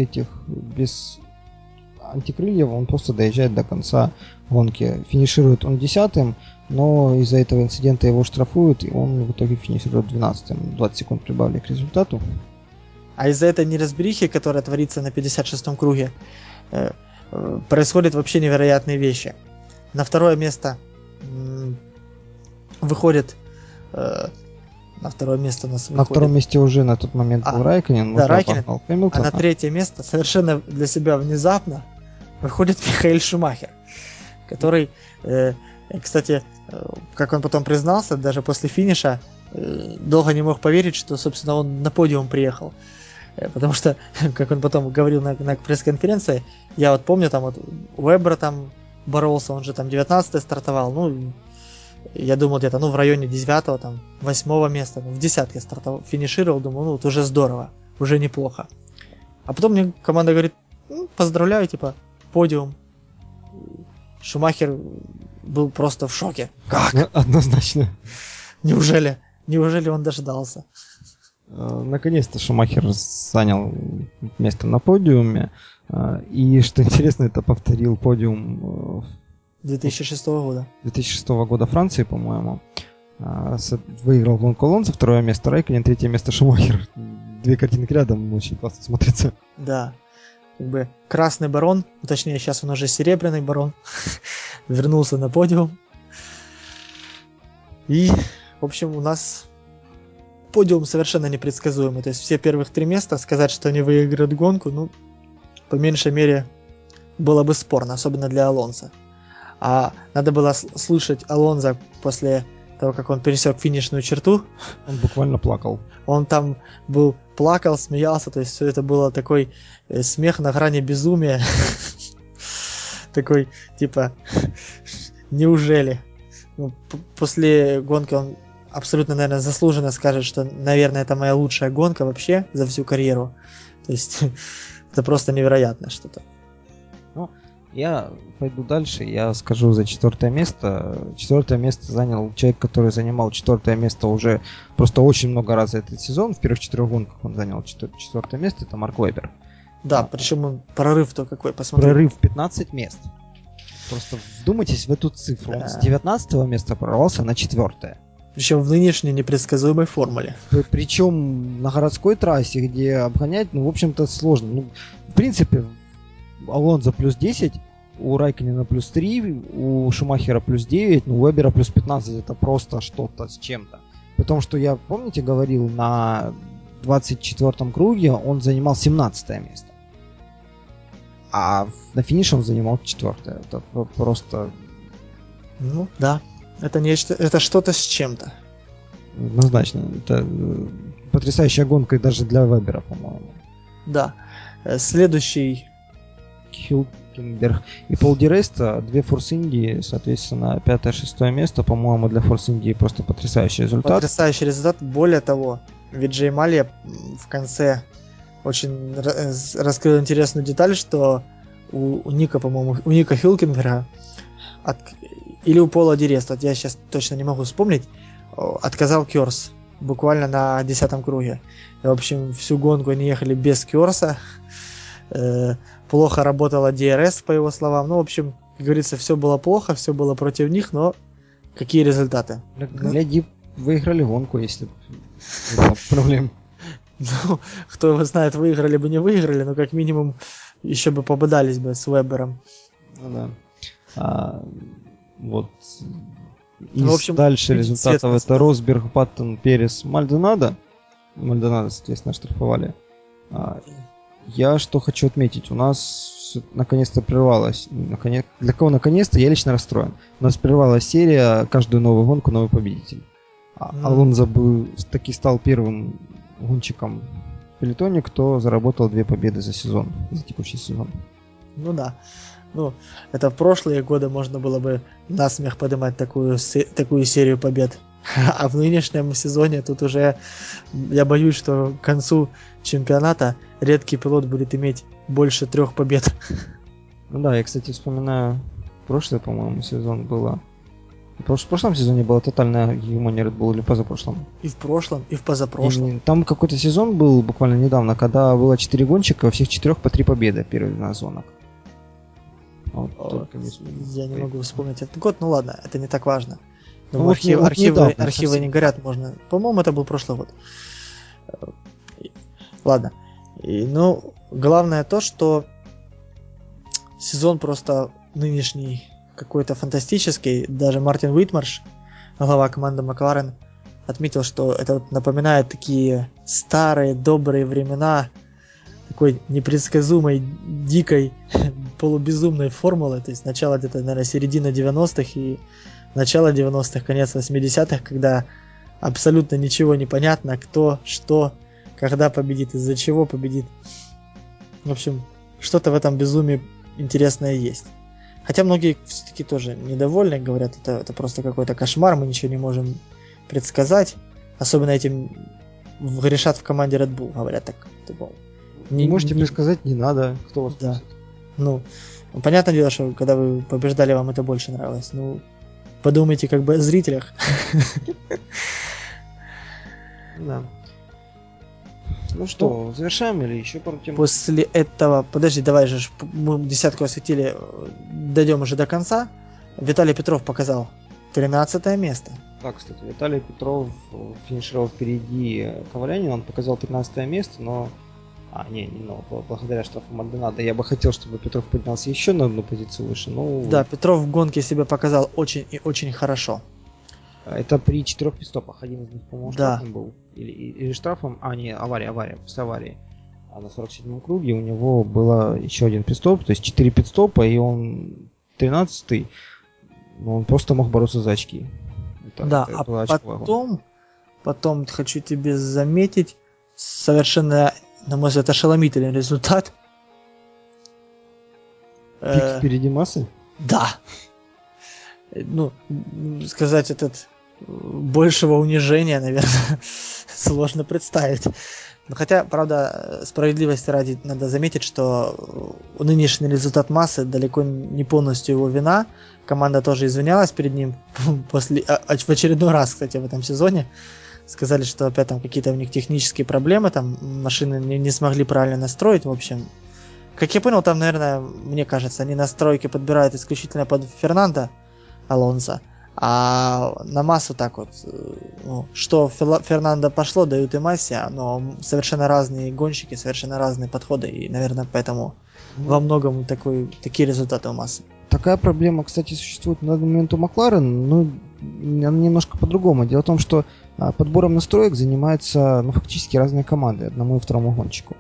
антикрыльев, он просто доезжает до конца гонки. Финиширует он 10-м, но из-за этого инцидента его штрафуют, и он в итоге финиширует 12-м. 20 секунд прибавили к результату. А из-за этой неразберихи, которая творится на 56-м круге, происходят вообще невероятные вещи. На второе место выходит На второе место у нас На втором месте уже на тот момент был Райконен, да, Райконен. Хэмилтон. А на третье место совершенно для себя внезапно выходит Михаэль Шумахер, который, кстати, как он потом признался, даже после финиша долго не мог поверить, что, собственно, он на подиум приехал. Потому что, как он потом говорил на пресс-конференции, я вот помню, там вот Уэббер там боролся, он же там 19-й стартовал, ну, я думал где-то, ну, в районе 9-го, там, 8-го места, ну, в десятке стартовал, финишировал, думаю, ну, вот уже здорово, уже неплохо. А потом мне команда говорит, ну, поздравляю, типа, подиум. Шумахер был просто в шоке. Как? Однозначно. Неужели он дождался? Наконец-то Шумахер занял место на подиуме. И, что интересно, это повторил подиум 2006 года. 2006 года Франции, по-моему. Выиграл гонку Алонсо, второе место Райконен, третье место Шумахер. Две картинки рядом, очень классно смотрится. Да. Как бы красный барон, точнее сейчас он уже серебряный барон, вернулся на подиум. И, в общем, у нас подиум совершенно непредсказуемый. То есть все первых 3 места, сказать, что они выиграют гонку, ну, по меньшей мере, было бы спорно, особенно для Алонсо. А надо было слышать Алонсо после того, как он пересек финишную черту. Он буквально плакал. Он там плакал, смеялся, то есть все это было такой смех на грани безумия. Такой, типа, неужели? Ну, после гонки он абсолютно, наверное, заслуженно скажет, что, наверное, это моя лучшая гонка вообще за всю карьеру. То есть это просто невероятное что-то. Ну, я пойду дальше, я скажу за 4 место. 4 место занял человек, который занимал 4 место уже просто очень много раз за этот сезон. В первых 4 гонках он занял 4 место, это Марк Вебер. Да, причем он прорыв-то какой, посмотри. Прорыв 15 мест. Просто вдумайтесь в эту цифру. Да. Он с 19 места прорвался на 4. Причем в нынешней непредсказуемой формуле. Причем на городской трассе, где обгонять, ну, в общем-то, сложно. Ну, в принципе, Алонсо плюс 10, у Райконена плюс 3, у Шумахера плюс 9, ну, у Вебера плюс 15. Это просто что-то с чем-то. Потому что я, помните, говорил, на 24-м круге он занимал 17 место. А на финише он занимал 4-е. Это просто... Ну, да. Это что-то с чем-то. Однозначно. Это потрясающая гонка даже для Вебера, по-моему. Да. Следующий... Хюлкенберг и Пол Ди Реста, 2 Форс Индии, соответственно, 5-6 место, по-моему, для Форс Индии просто потрясающий результат. Потрясающий результат. Более того, Виджей Малья в конце очень раскрыл интересную деталь, что у Ника, по-моему, у Ника Хюлкенберга или у Пола Ди Реста, я сейчас точно не могу вспомнить, отказал Кёрс буквально на 10-м круге. И, в общем, всю гонку они ехали без Кёрса. Плохо работала DRS, по его словам. Ну, в общем, как говорится, все было плохо, все было против них, но какие результаты? Гляди, выиграли гонку, если не было проблем. Ну, кто его знает, выиграли бы, не выиграли, но как минимум еще бы пободались бы с Вебером. Ну да. Вот. И в общем, дальше результатов это Росберг, Паттон, Перес, Мальдонадо. Мальдонадо, соответственно, штрафовали. Я что хочу отметить, у нас наконец-то прервалась, для кого наконец-то, я лично расстроен. У нас прервалась серия, каждую новую гонку новый победитель. Алонсо таки стал первым гонщиком в пелотоне, кто заработал 2 победы за сезон, за текущий сезон. Ну да. Ну, это в прошлые годы можно было бы насмех поднимать такую серию побед. А в нынешнем сезоне тут уже я боюсь, что к концу чемпионата редкий пилот будет иметь больше 3 побед. Ну да, я, кстати, вспоминаю прошлый, по-моему, сезон было. В прошлом сезоне была тотальная гегемония Red Bull или позапрошлом? И в прошлом, и в позапрошлом. Там какой-то сезон был буквально недавно, когда было 4 гонщика, у всех 4 по 3 победы первых 12 гонок. Вот, я не могу вспомнить этот год, ну ладно, это не так важно. Думаю, архивы не горят, можно. По-моему, это был прошлый год. Ладно. Ну, главное то, что сезон просто нынешний какой-то фантастический. Даже Мартин Уитмарш, глава команды Макларен, отметил, что это вот напоминает такие старые добрые времена такой непредсказуемой, дикой, полубезумной формулы. То есть начало где-то, наверное, середина 90-х и начало 90-х, конец 80-х, когда абсолютно ничего не понятно, кто, что, когда победит, из-за чего победит. В общем, что-то в этом безумии интересное есть. Хотя многие все-таки тоже недовольны, говорят, это просто какой-то кошмар, мы ничего не можем предсказать. Особенно этим грешат в команде Red Bull, говорят так. Типа, не можете предсказать, не надо, кто вас да. Ну, понятное дело, что когда вы побеждали, вам это больше нравилось. Ну, подумайте как бы о зрителях. Да. Ну что, завершаем или еще пару тем? После этого, подожди, давай же, мы десятку осветили, дойдем уже до конца. Виталий Петров показал 13 место. Да, кстати, Виталий Петров финишировал впереди Ковалянина, он показал 13 место, но... благодаря штрафам от Донада. Я бы хотел, чтобы Петров поднялся еще на одну позицию выше, но... Да, Петров в гонке себя показал очень и очень хорошо. Это при 4 пидстопах. Один из них, по-моему, да. Штрафом был. Или штрафом. Авария, после аварии. А на 47-м круге у него было еще один пидстоп, то есть 4 пидстопа, и он 13-й. Но он просто мог бороться за очки. Потом хочу тебе заметить совершенно, на мой взгляд, ошеломительный результат. Пик впереди массы? Да. Ну, сказать большего унижения, наверное, сложно представить. Хотя, правда, справедливости ради надо заметить, что нынешний результат массы далеко не полностью его вина. Команда тоже извинялась перед ним в очередной раз, кстати, в этом сезоне. Сказали, что опять там какие-то у них технические проблемы, там машины не смогли правильно настроить, в общем. Как я понял, там, наверное, мне кажется, они настройки подбирают исключительно под Фернандо Алонсо, а на массу так вот, что Фернандо пошло, дают и массе, но совершенно разные гонщики, совершенно разные подходы, и, наверное, поэтому во многом такие результаты у массы. Такая проблема, кстати, существует на данный момент у Макларен, но она немножко по-другому. Дело в том, что подбором настроек занимаются фактически разные команды, одному и второму гонщику.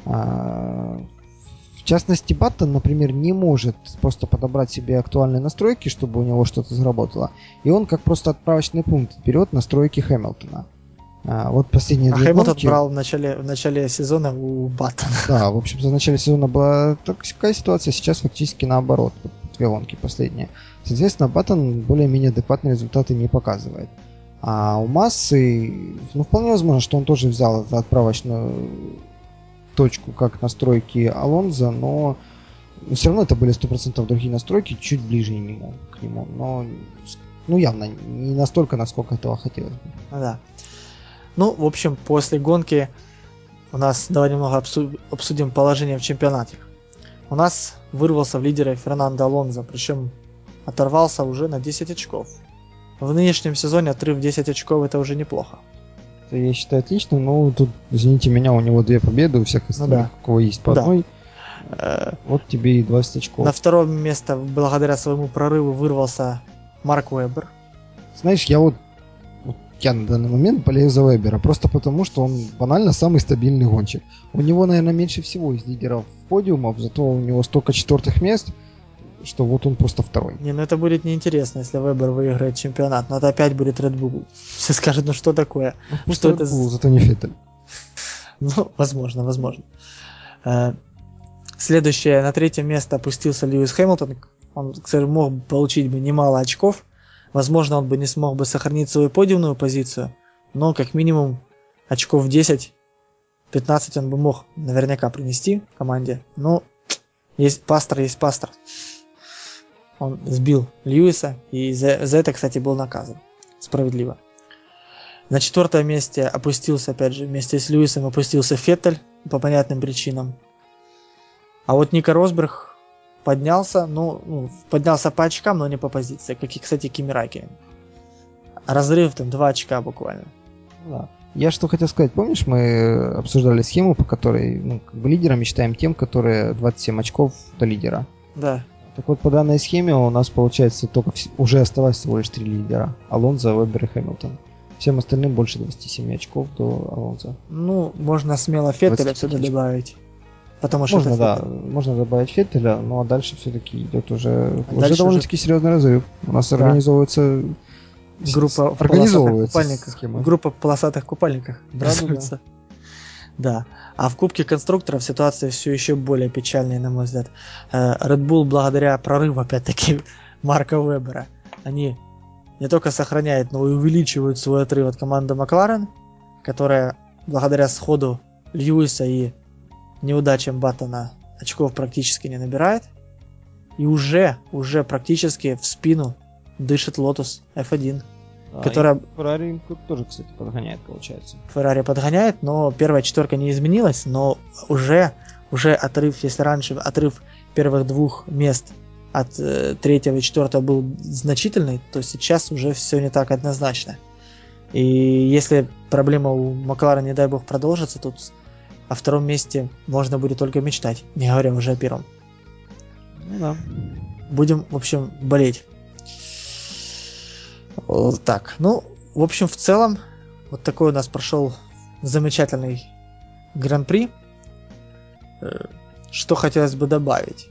В частности, Баттон, например, не может просто подобрать себе актуальные настройки, чтобы у него что-то заработало. И он как просто отправочный пункт берет настройки Хэмилтона. Вот последние две Хэмилтон гонки... брал в начале сезона у Баттона. Да, в общем-то, в начале сезона была такая ситуация, сейчас фактически наоборот. Две гонки последние. Соответственно, Баттон более-менее адекватные результаты не показывает. А у Массы, вполне возможно, что он тоже взял за отправочную точку, как настройки Алонзо, но все равно это были 100% другие настройки, чуть ближе к нему, но явно не настолько, насколько этого хотелось бы. Да. Ну, в общем, после гонки у нас, давай немного обсудим положение в чемпионате. У нас вырвался в лидеры Фернандо Алонсо, причем оторвался уже на 10 очков. В нынешнем сезоне отрыв 10 очков это уже неплохо. Это, я считаю, отлично, но тут, извините меня, у него 2 победы, у всех остальных, у кого есть по одной. Вот тебе и 20 очков. На второе место, благодаря своему прорыву, вырвался Марк Вебер. Знаешь, я на данный момент болею за Вебера, просто потому, что он банально самый стабильный гонщик. У него, наверное, меньше всего из лидеров подиумов, зато у него столько 4 мест, что вот он просто второй. Это будет неинтересно, если Вебер выиграет чемпионат, но это опять будет Red Bull. Все скажут, что такое? Что Red Bull, зато не Феттель. Возможно. Следующее, на 3 место опустился Льюис Хэмилтон. Он, кстати, мог получить бы немало очков. Возможно, он бы не смог бы сохранить свою подиумную позицию, но как минимум очков 10-15 он бы мог наверняка принести команде. Но есть пастор. Он сбил Льюиса, и за это, кстати, был наказан. Справедливо. На 4 месте опустился, опять же, вместе с Льюисом опустился Феттель по понятным причинам. А вот Нико Росберг поднялся, поднялся по очкам, но не по позиции, как и, кстати, Кими Рэйкконен. Разрыв там 2 очка буквально. Да. Я что хотел сказать, помнишь, мы обсуждали схему, по которой лидерами считаем тем, которые 27 очков до лидера. Да. Так вот, по данной схеме у нас получается только уже осталось всего лишь 3 лидера. Алонсо, Вебер и Хэмилтон. Всем остальным больше 27 очков до Алонсо. Ну, можно смело Феттеля 25 сюда очков. добавить. Потому что Можно, это да, Феттель. можно добавить Феттеля, но дальше все-таки идет уже дальше довольно-таки серьезный разрыв. У нас Да. организовывается Группа в полосатых организовывается купальниках. схема. Группа в полосатых купальниках. Да. образуется. Да. А в Кубке конструкторов ситуация все еще более печальная, на мой взгляд. Red Bull, благодаря прорыву, опять-таки, Марка Вебера, они не только сохраняют, но и увеличивают свой отрыв от команды Макларен, которая благодаря сходу Льюиса и неудачам Баттона очков практически не набирает. И уже практически в спину дышит Lotus F1. Которая... Феррари тоже, кстати, подгоняет, получается. Феррари подгоняет, но первая четверка не изменилась, но уже отрыв, если раньше отрыв первых двух мест от третьего и четвертого был значительный, то сейчас уже все не так однозначно. И если проблема у Макларена, не дай бог, продолжится, тут о втором месте можно будет только мечтать, не говоря уже о первом. Ну да. Будем, в общем, болеть. Так, ну, в общем, в целом, вот такой у нас прошел замечательный гран-при. Что хотелось бы добавить?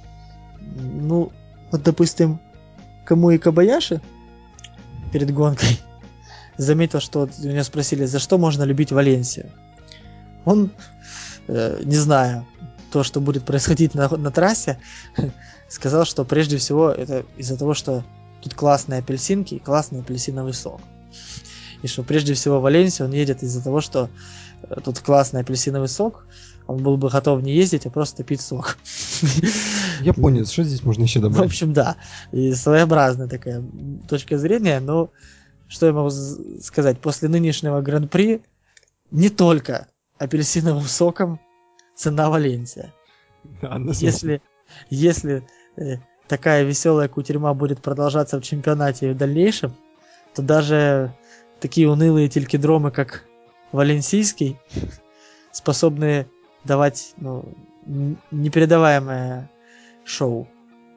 Ну, вот, допустим, Каму и Кобаяши перед гонкой заметил, что вот меня спросили, за что можно любить Валенсию. Он, не зная то, что будет происходить на трассе, сказал, что прежде всего это из-за того, что тут классные апельсинки и классный апельсиновый сок. И что прежде всего в Валенсию он едет из-за того, что тут классный апельсиновый сок. Он был бы готов не ездить, а просто пить сок. Японец, что здесь можно еще добавить? В общем, да. И своеобразная такая точка зрения. Но что я могу сказать? После нынешнего гран-при не только апельсиновым соком цена Валенсия. Да, Если такая веселая кутерьма будет продолжаться в чемпионате и в дальнейшем, то даже такие унылые телькидромы, как Валенсийский, способны давать непередаваемое шоу.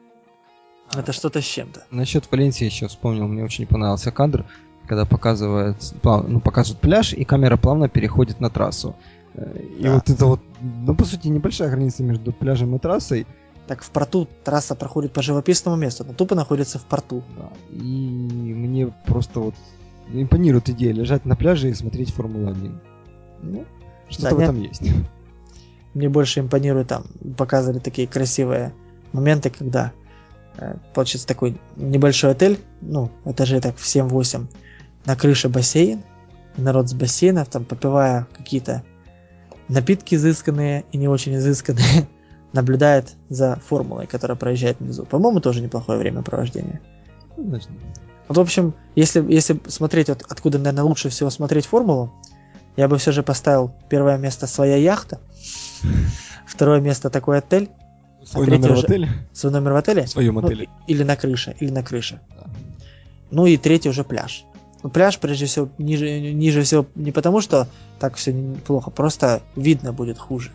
Это что-то с чем-то. Насчет Валенсии еще вспомнил, мне очень понравился кадр, когда показывают пляж, и камера плавно переходит на трассу. И Да. вот это вот, по сути, небольшая граница между пляжем и трассой. Так в порту трасса проходит по живописному месту, но тупо находится в порту. Да. И мне просто вот импонирует идея лежать на пляже и смотреть Формулу-1. Ну, что-то в этом есть. Мне больше импонирует, там показывали такие красивые моменты, когда получается такой небольшой отель, этажей так в 7-8, на крыше бассейн, и народ с бассейнов, там попивая какие-то напитки изысканные и не очень изысканные, наблюдает за формулой, которая проезжает внизу. По-моему, тоже неплохое времяпровождение. Конечно. Вот, в общем, если смотреть, вот откуда, наверное, лучше всего смотреть формулу, я бы все же поставил первое место своя яхта, второе место такой отель, Свой номер в отеле? Свой номер в отеле? В своем отеле. Или на крыше. Да. Ну и третий уже пляж. Ну, пляж, прежде всего, ниже всего не потому, что так все неплохо, просто видно будет хуже,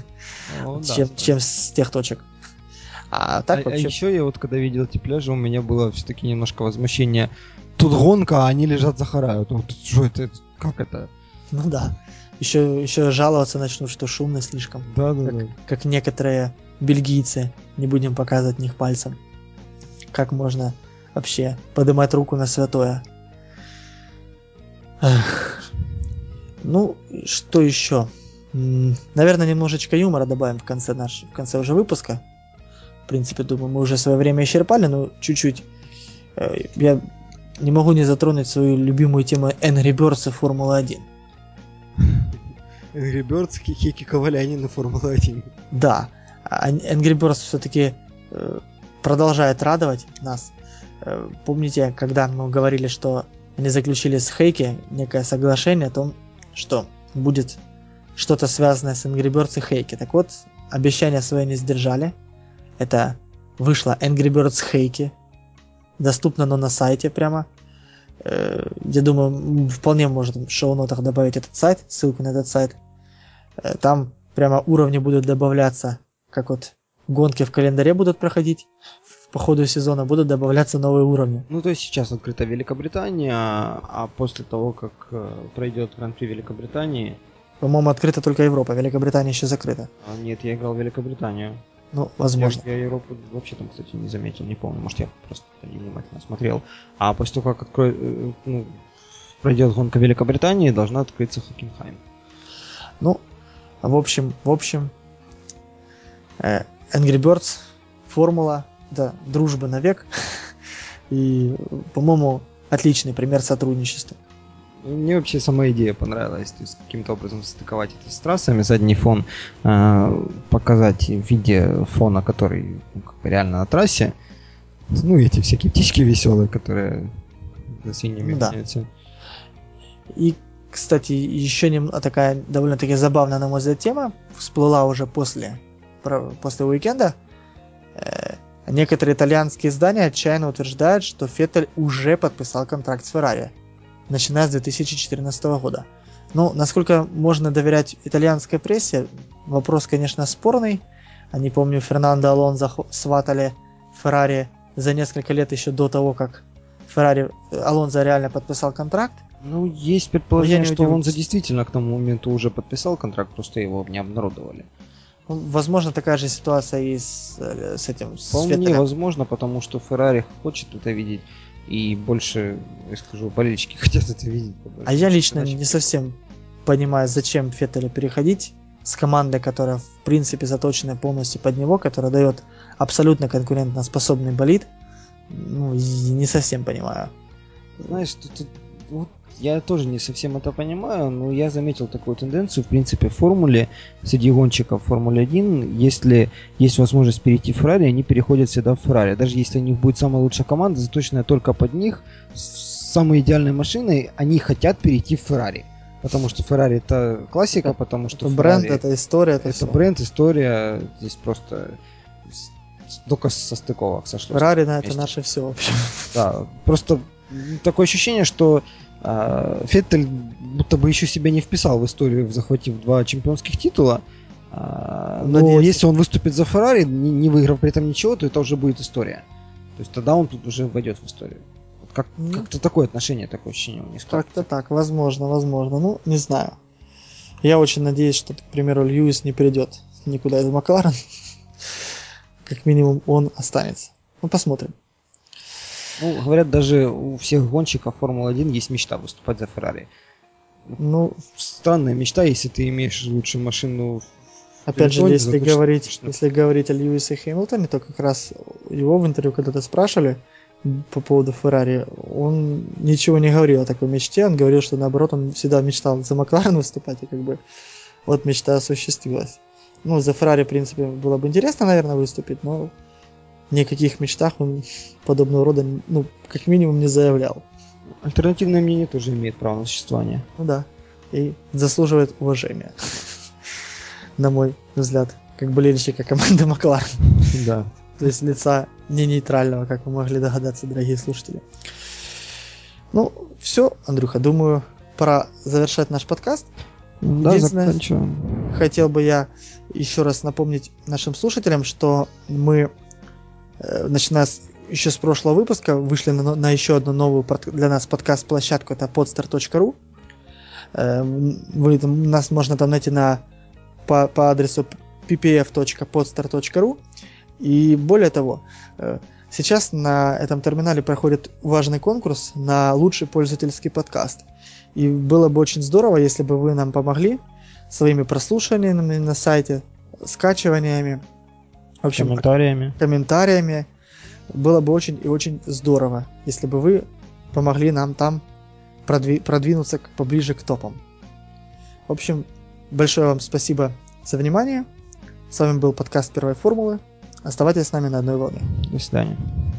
чем с тех точек. А так вообще... еще я вот когда видел эти пляжи, у меня было все-таки немножко возмущение. Тут гонка, а они лежат загорают. Вот что это? Как это? Ну да. Еще жаловаться начнут, что шумно слишком. Да. Как некоторые бельгийцы. Не будем показывать них пальцем. Как можно вообще поднимать руку на святое? Эх. Ну, что еще? Наверное, немножечко юмора добавим в конце уже выпуска. В принципе, думаю, мы уже свое время исчерпали, но чуть-чуть. Я не могу не затронуть свою любимую тему Angry Birds и Формула-1. Angry Birds, Хеки Коваляни на Формула-1. Да, Angry Birds все-таки продолжает радовать нас. Помните, когда мы говорили, что они заключили с Хейки некое соглашение о том, что будет что-то связанное с Angry Birds и Хейки. Так вот, обещания свои не сдержали. Это вышло Angry Birds Хейки. Доступно оно на сайте прямо. Я думаю, вполне можно в шоу-нотах добавить этот сайт, ссылку на этот сайт. Там прямо уровни будут добавляться, как вот гонки в календаре будут проходить, по ходу сезона будут добавляться новые уровни. Ну, то есть сейчас открыта Великобритания, а после того, как пройдет Гран-при Великобритании... По-моему, открыта только Европа, Великобритания еще закрыта. Нет, я играл в Великобританию. Ну, возможно. Я Европу вообще там, кстати, не заметил, не помню. Может, я просто невнимательно смотрел. А после того, как пройдет гонка Великобритании, должна открыться Хокенхайм. Ну, в общем, Angry Birds, формула, да, дружба навек. И, по-моему, отличный пример сотрудничества. Мне вообще сама идея понравилась, то есть каким-то образом стыковать это с трассами, задний фон показать в виде фона, который реально на трассе. Ну, и эти всякие птички веселые, которые за свиньями гоняются. Да. И, кстати, еще такая довольно-таки забавная, на мой взгляд, тема всплыла уже после уикенда. Некоторые итальянские издания отчаянно утверждают, что Феттель уже подписал контракт с Феррари, начиная с 2014 года. Ну, насколько можно доверять итальянской прессе, вопрос, конечно, спорный. Они, помню, Фернандо Алонсо сватали Феррари за несколько лет еще до того, как Алонсо реально подписал контракт. Ну, есть предположение, что Алонсо действительно к тому моменту уже подписал контракт, просто его не обнародовали. Возможно, такая же ситуация и с этим. Вполне возможно, потому что Феррари хочет это видеть, и больше, я скажу, болельщики хотят это видеть. А я лично не совсем понимаю, зачем Феттелю переходить с командой, которая в принципе заточена полностью под него, которая дает абсолютно конкурентоспособный болид. Ну, не совсем понимаю. Знаешь, вот я тоже не совсем это понимаю, но я заметил такую тенденцию, в принципе, в формуле, среди гонщиков Формулы 1, если есть возможность перейти в Феррари, они переходят всегда в Феррари. Даже если у них будет самая лучшая команда, заточенная только под них, с самой идеальной машиной, они хотят перейти в Феррари. Потому что Феррари это классика, потому что это бренд, это история, это бренд, история, здесь просто только со стыковок сошлось. Феррари, это наше все вообще. Да, просто такое ощущение, что Феттель будто бы еще себя не вписал в историю, захватив 2 чемпионских титула. Но если он выступит за Феррари, не выиграв при этом ничего, то это уже будет история. То есть тогда он тут уже войдет в историю. Вот как-то такое отношение, такое ощущение у них. Как-то так, возможно. Ну, не знаю. Я очень надеюсь, что, к примеру, Льюис не перейдет никуда из Макларен. Как минимум он останется. Ну, посмотрим. Ну, говорят, даже у всех гонщиков Формулы-1 есть мечта выступать за Феррари. Ну, странная мечта, если ты имеешь лучшую машину. Опять же, если говорить о Льюисе и Хэмилтоне, то как раз его в интервью когда-то спрашивали по поводу Феррари, он ничего не говорил о такой мечте, он говорил, что наоборот, он всегда мечтал за Макларен выступать, и как бы вот мечта осуществилась. Ну, за Феррари, в принципе, было бы интересно, наверное, выступить, но ни о каких мечтах он подобного рода, ну, как минимум, не заявлял. Альтернативное мнение тоже имеет право на существование. Ну да, и заслуживает уважения, на мой взгляд, как болельщика команды Макларен. Да. То есть лица не нейтрального, как вы могли догадаться, дорогие слушатели. Ну, все, Андрюха, думаю, пора завершать наш подкаст. Да, заканчиваем. Хотел бы я еще раз напомнить нашим слушателям, что мы, начиная еще с прошлого выпуска, вышли на еще одну новую для нас подкаст-площадку, это podstar.ru. Нас можно там найти по адресу ppf.podstar.ru. И более того, сейчас на этом терминале проходит важный конкурс на лучший пользовательский подкаст. И было бы очень здорово, если бы вы нам помогли своими прослушиваниями на сайте, скачиваниями, в общем, комментариями. Было бы очень и очень здорово, если бы вы помогли нам там продвинуться поближе к топам. В общем, большое вам спасибо за внимание. С вами был подкаст Первой Формулы. Оставайтесь с нами на одной волне. До свидания.